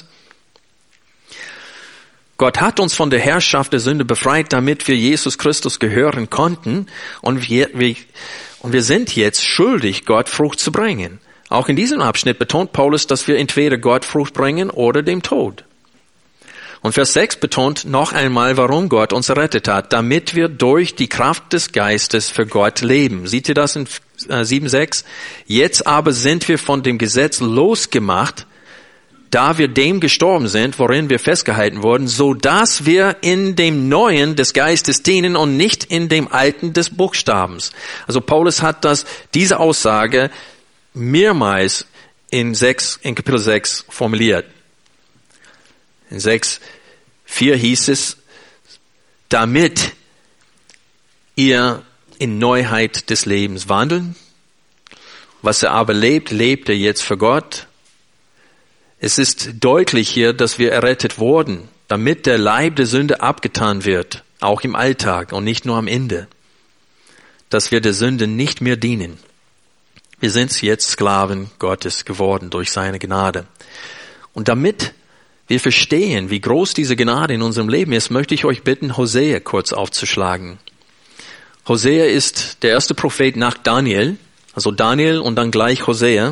Gott hat uns von der Herrschaft der Sünde befreit, damit wir Jesus Christus gehören konnten. Und wir, wir, und wir sind jetzt schuldig, Gott Frucht zu bringen. Auch in diesem Abschnitt betont Paulus, dass wir entweder Gott Frucht bringen oder dem Tod. Und Vers sechs betont noch einmal, warum Gott uns errettet hat, damit wir durch die Kraft des Geistes für Gott leben. Seht ihr das in sieben sechs? Jetzt aber sind wir von dem Gesetz losgemacht, da wir dem gestorben sind, worin wir festgehalten wurden, so dass wir in dem Neuen des Geistes dienen und nicht in dem Alten des Buchstabens. Also Paulus hat das, diese Aussage mehrmals in sechs, in Kapitel sechs formuliert. In sechs vier hieß es, damit ihr in Neuheit des Lebens wandeln. Was er aber lebt, lebt er jetzt für Gott. Es ist deutlich hier, dass wir errettet wurden, damit der Leib der Sünde abgetan wird, auch im Alltag und nicht nur am Ende. Dass wir der Sünde nicht mehr dienen. Wir sind jetzt Sklaven Gottes geworden durch seine Gnade. Und damit wir verstehen, wie groß diese Gnade in unserem Leben ist, möchte ich euch bitten, Hosea kurz aufzuschlagen. Hosea ist der erste Prophet nach Daniel, also Daniel und dann gleich Hosea.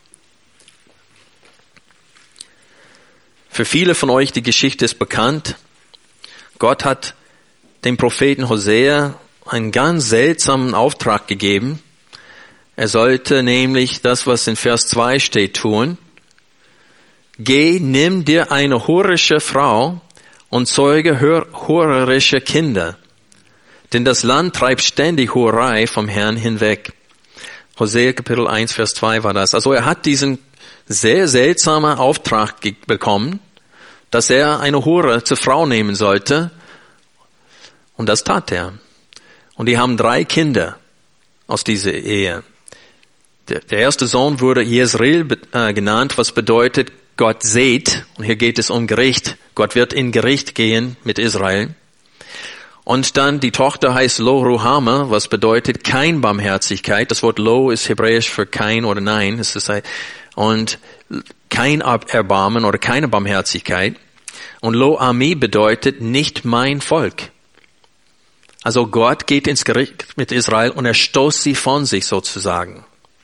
Für viele von euch die Geschichte ist bekannt. Gott hat dem Propheten Hosea einen ganz seltsamen Auftrag gegeben. Er sollte nämlich das, was in Vers zwei steht, tun. Geh, nimm dir eine hurische Frau und zeuge hurische Kinder. Denn das Land treibt ständig Hurerei vom Herrn hinweg. Hosea Kapitel eins, Vers zwei war das. Also er hat diesen sehr seltsamen Auftrag bekommen, dass er eine Hure zur Frau nehmen sollte. Und das tat er. Und die haben drei Kinder aus dieser Ehe. Der erste Sohn wurde Jezreel äh, genannt, was bedeutet, Gott seht. Und hier geht es um Gericht. Gott wird in Gericht gehen mit Israel. Und dann die Tochter heißt Lo-Ruhama, was bedeutet kein Barmherzigkeit. Das Wort Lo ist hebräisch für kein oder nein. Es ist ein, und kein Erbarmen oder keine Barmherzigkeit. Und Lo-Ami bedeutet nicht mein Volk. Also Gott geht ins Gericht mit Israel und er stoßt sie von sich sozusagen.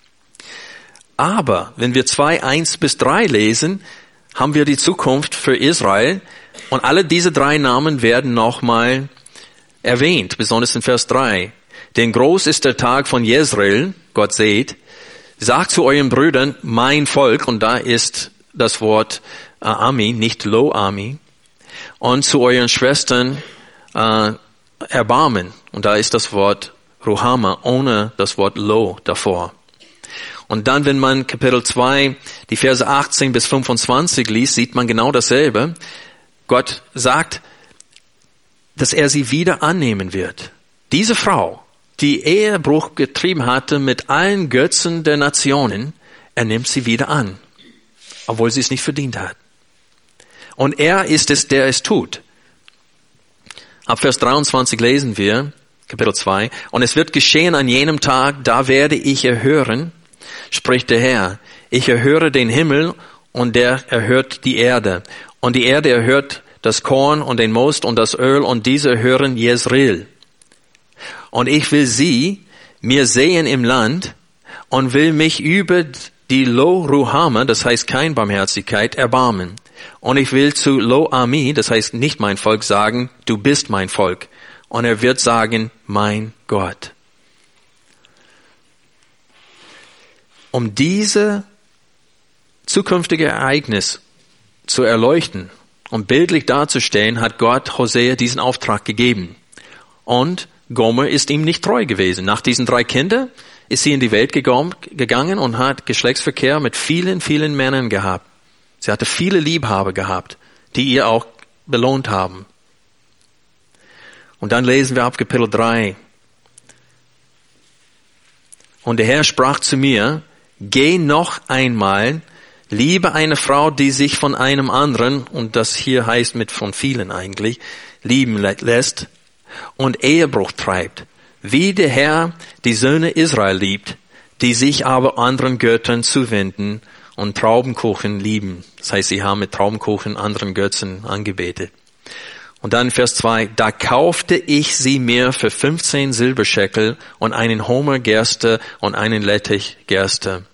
Aber wenn wir zwei, eins bis drei lesen, haben wir die Zukunft für Israel und alle diese drei Namen werden nochmal erwähnt, besonders in Vers drei. Denn groß ist der Tag von Jezreel, Gott seht, sagt zu euren Brüdern, mein Volk, und da ist das Wort äh, Ami, nicht Lo-Ami, und zu euren Schwestern äh, Erbarmen, und da ist das Wort Ruhama, ohne das Wort Lo davor. Und dann, wenn man Kapitel zwei, die Verse achtzehn bis fünfundzwanzig liest, sieht man genau dasselbe. Gott sagt, dass er sie wieder annehmen wird. Diese Frau, die Ehebruch getrieben hatte mit allen Götzen der Nationen, er nimmt sie wieder an, obwohl sie es nicht verdient hat. Und er ist es, der es tut. Ab Vers dreiundzwanzig lesen wir, Kapitel zwei, und es wird geschehen an jenem Tag, da werde ich erhören, spricht der Herr, ich erhöre den Himmel und der erhört die Erde. Und die Erde erhört das Korn und den Most und das Öl und diese erhören Jezreel. Und ich will sie mir sehen im Land und will mich über die Lo-Ruhama, das heißt kein Barmherzigkeit, erbarmen. Und ich will zu Lo-Ami, das heißt nicht mein Volk, sagen, du bist mein Volk. Und er wird sagen, mein Gott. Um diese zukünftige Ereignis zu erleuchten und bildlich darzustellen, hat Gott Hosea diesen Auftrag gegeben. Und Gomer ist ihm nicht treu gewesen. Nach diesen drei Kindern ist sie in die Welt gegangen und hat Geschlechtsverkehr mit vielen, vielen Männern gehabt. Sie hatte viele Liebhaber gehabt, die ihr auch belohnt haben. Und dann lesen wir ab Kapitel drei. Und der Herr sprach zu mir, geh noch einmal, liebe eine Frau, die sich von einem anderen, und das hier heißt mit von vielen eigentlich, lieben lässt und Ehebruch treibt, wie der Herr die Söhne Israel liebt, die sich aber anderen Göttern zuwenden und Traubenkuchen lieben. Das heißt, sie haben mit Traubenkuchen anderen Götzen angebetet. Und dann Vers zwei, da kaufte ich sie mir für fünfzehn Silberschekel und einen Homer Gerste und einen Lettich Gerste.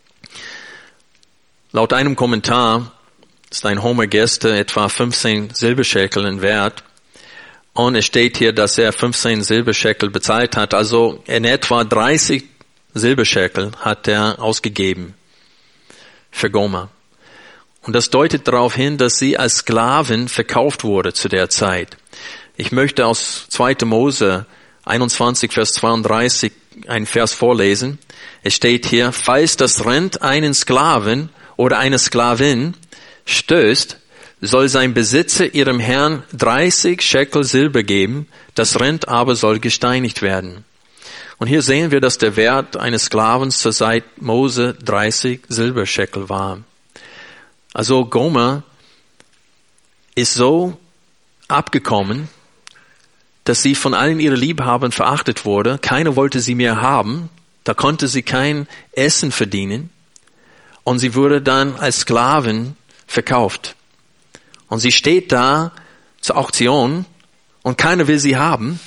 Laut einem Kommentar ist ein Homer Gerste etwa fünfzehn Silberschekel in Wert. Und es steht hier, dass er fünfzehn Silberschekel bezahlt hat. Also in etwa dreißig Silberschekel hat er ausgegeben für Gomer. Und das deutet darauf hin, dass sie als Sklavin verkauft wurde zu der Zeit. Ich möchte aus zweiter Mose einundzwanzig, Vers zweiunddreißig einen Vers vorlesen. Es steht hier, falls das Rind einen Sklaven oder eine Sklavin stößt, soll sein Besitzer ihrem Herrn dreißig Schekel Silber geben, das Rind aber soll gesteinigt werden. Und hier sehen wir, dass der Wert eines Sklavens zur Zeit Mose dreißig Silberschekel war. Also Gomer ist so abgekommen, dass sie von allen ihren Liebhabern verachtet wurde. Keiner wollte sie mehr haben. Da konnte sie kein Essen verdienen. Und sie wurde dann als Sklavin verkauft. Und sie steht da zur Auktion und keiner will sie haben.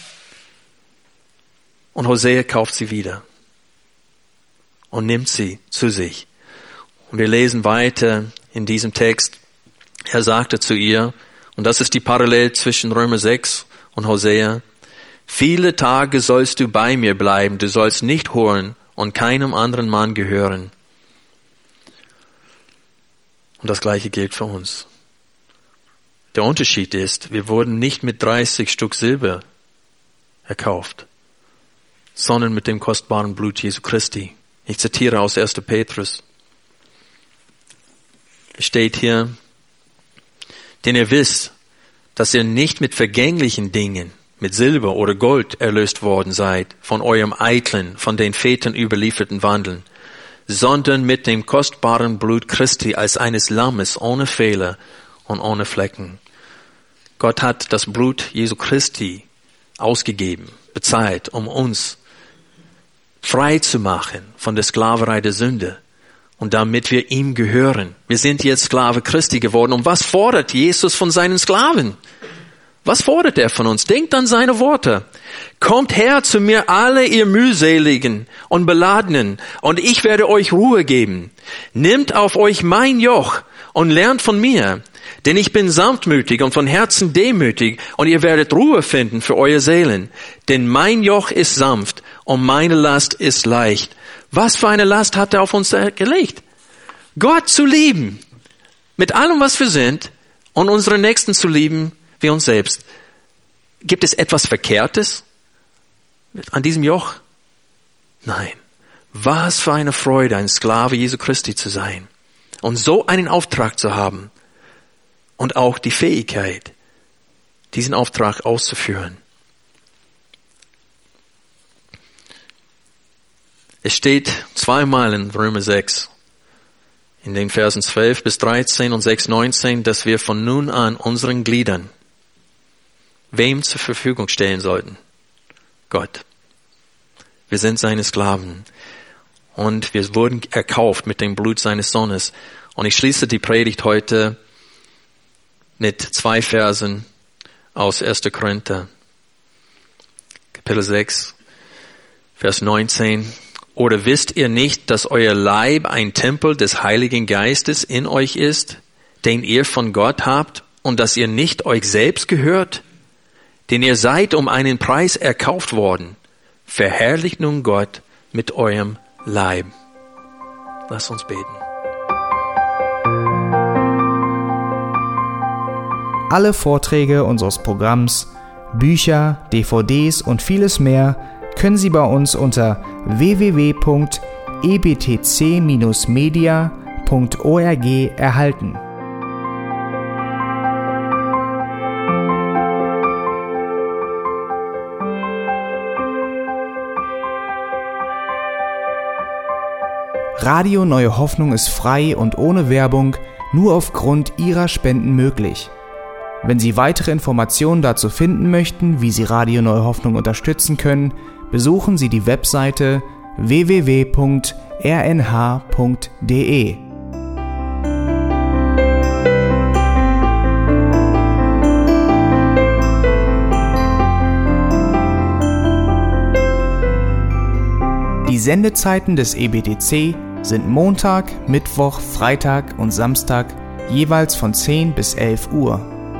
Und Hosea kauft sie wieder und nimmt sie zu sich. Und wir lesen weiter in diesem Text. Er sagte zu ihr, und das ist die Parallel zwischen Römer sechs und Hosea, viele Tage sollst du bei mir bleiben, du sollst nicht huren und keinem anderen Mann gehören. Und das Gleiche gilt für uns. Der Unterschied ist, wir wurden nicht mit dreißig Stück Silber erkauft, sondern mit dem kostbaren Blut Jesu Christi. Ich zitiere aus erster Petrus. Es steht hier, denn ihr wisst, dass ihr nicht mit vergänglichen Dingen, mit Silber oder Gold erlöst worden seid, von eurem eitlen, von den Vätern überlieferten Wandeln, sondern mit dem kostbaren Blut Christi als eines Lammes ohne Fehler und ohne Flecken. Gott hat das Blut Jesu Christi ausgegeben, bezahlt, um uns frei zu machen von der Sklaverei der Sünde. Und damit wir ihm gehören. Wir sind jetzt Sklave Christi geworden. Und was fordert Jesus von seinen Sklaven? Was fordert er von uns? Denkt an seine Worte. Kommt her zu mir alle ihr mühseligen und beladenen, und ich werde euch Ruhe geben. Nimmt auf euch mein Joch und lernt von mir, denn ich bin sanftmütig und von Herzen demütig, und ihr werdet Ruhe finden für eure Seelen. Denn mein Joch ist sanft und meine Last ist leicht. Was für eine Last hat er auf uns gelegt? Gott zu lieben, mit allem, was wir sind, und unsere Nächsten zu lieben wie uns selbst. Gibt es etwas Verkehrtes an diesem Joch? Nein. Was für eine Freude, ein Sklave Jesu Christi zu sein und so einen Auftrag zu haben und auch die Fähigkeit, diesen Auftrag auszuführen. Es steht zweimal in Römer sechs, in den Versen zwölf bis dreizehn und sechs, neunzehn, dass wir von nun an unseren Gliedern wem zur Verfügung stellen sollten? Gott. Wir sind seine Sklaven und wir wurden erkauft mit dem Blut seines Sohnes. Und ich schließe die Predigt heute mit zwei Versen aus erster Korinther, Kapitel sechs, Vers neunzehn. Oder wisst ihr nicht, dass euer Leib ein Tempel des Heiligen Geistes in euch ist, den ihr von Gott habt, und dass ihr nicht euch selbst gehört? Denn ihr seid um einen Preis erkauft worden. Verherrlicht nun Gott mit eurem Leib. Lasst uns beten. Alle Vorträge unseres Programms, Bücher, D V Ds und vieles mehr können Sie bei uns unter w w w punkt e b t c Bindestrich media punkt org erhalten. Radio Neue Hoffnung ist frei und ohne Werbung nur aufgrund Ihrer Spenden möglich. Wenn Sie weitere Informationen dazu finden möchten, wie Sie Radio Neue Hoffnung unterstützen können, besuchen Sie die Webseite w w w punkt r n h punkt d e. Die Sendezeiten des E B T C sind Montag, Mittwoch, Freitag und Samstag jeweils von zehn bis elf Uhr.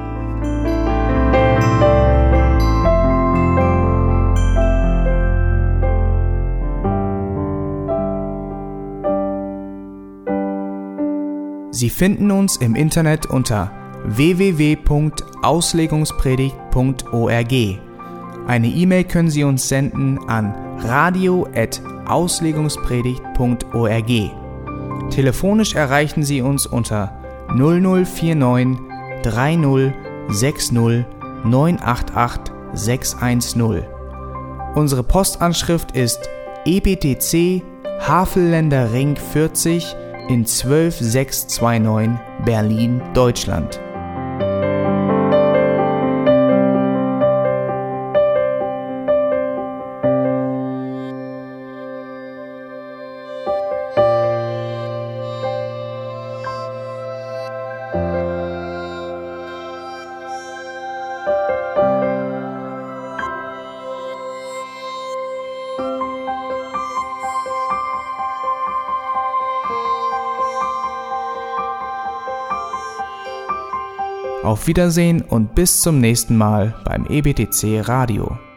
Sie finden uns im Internet unter w w w punkt auslegungspredigt punkt org. Eine E-Mail können Sie uns senden an radio at auslegungspredigt punkt org. Telefonisch erreichen Sie uns unter null null vier neun drei null sechs null neun acht acht sechs eins null. Unsere Postanschrift ist E B T C Havelländer Ring vierzig in zwölf sechs zwei neun Berlin, Deutschland. Auf Wiedersehen und bis zum nächsten Mal beim E B T C Radio.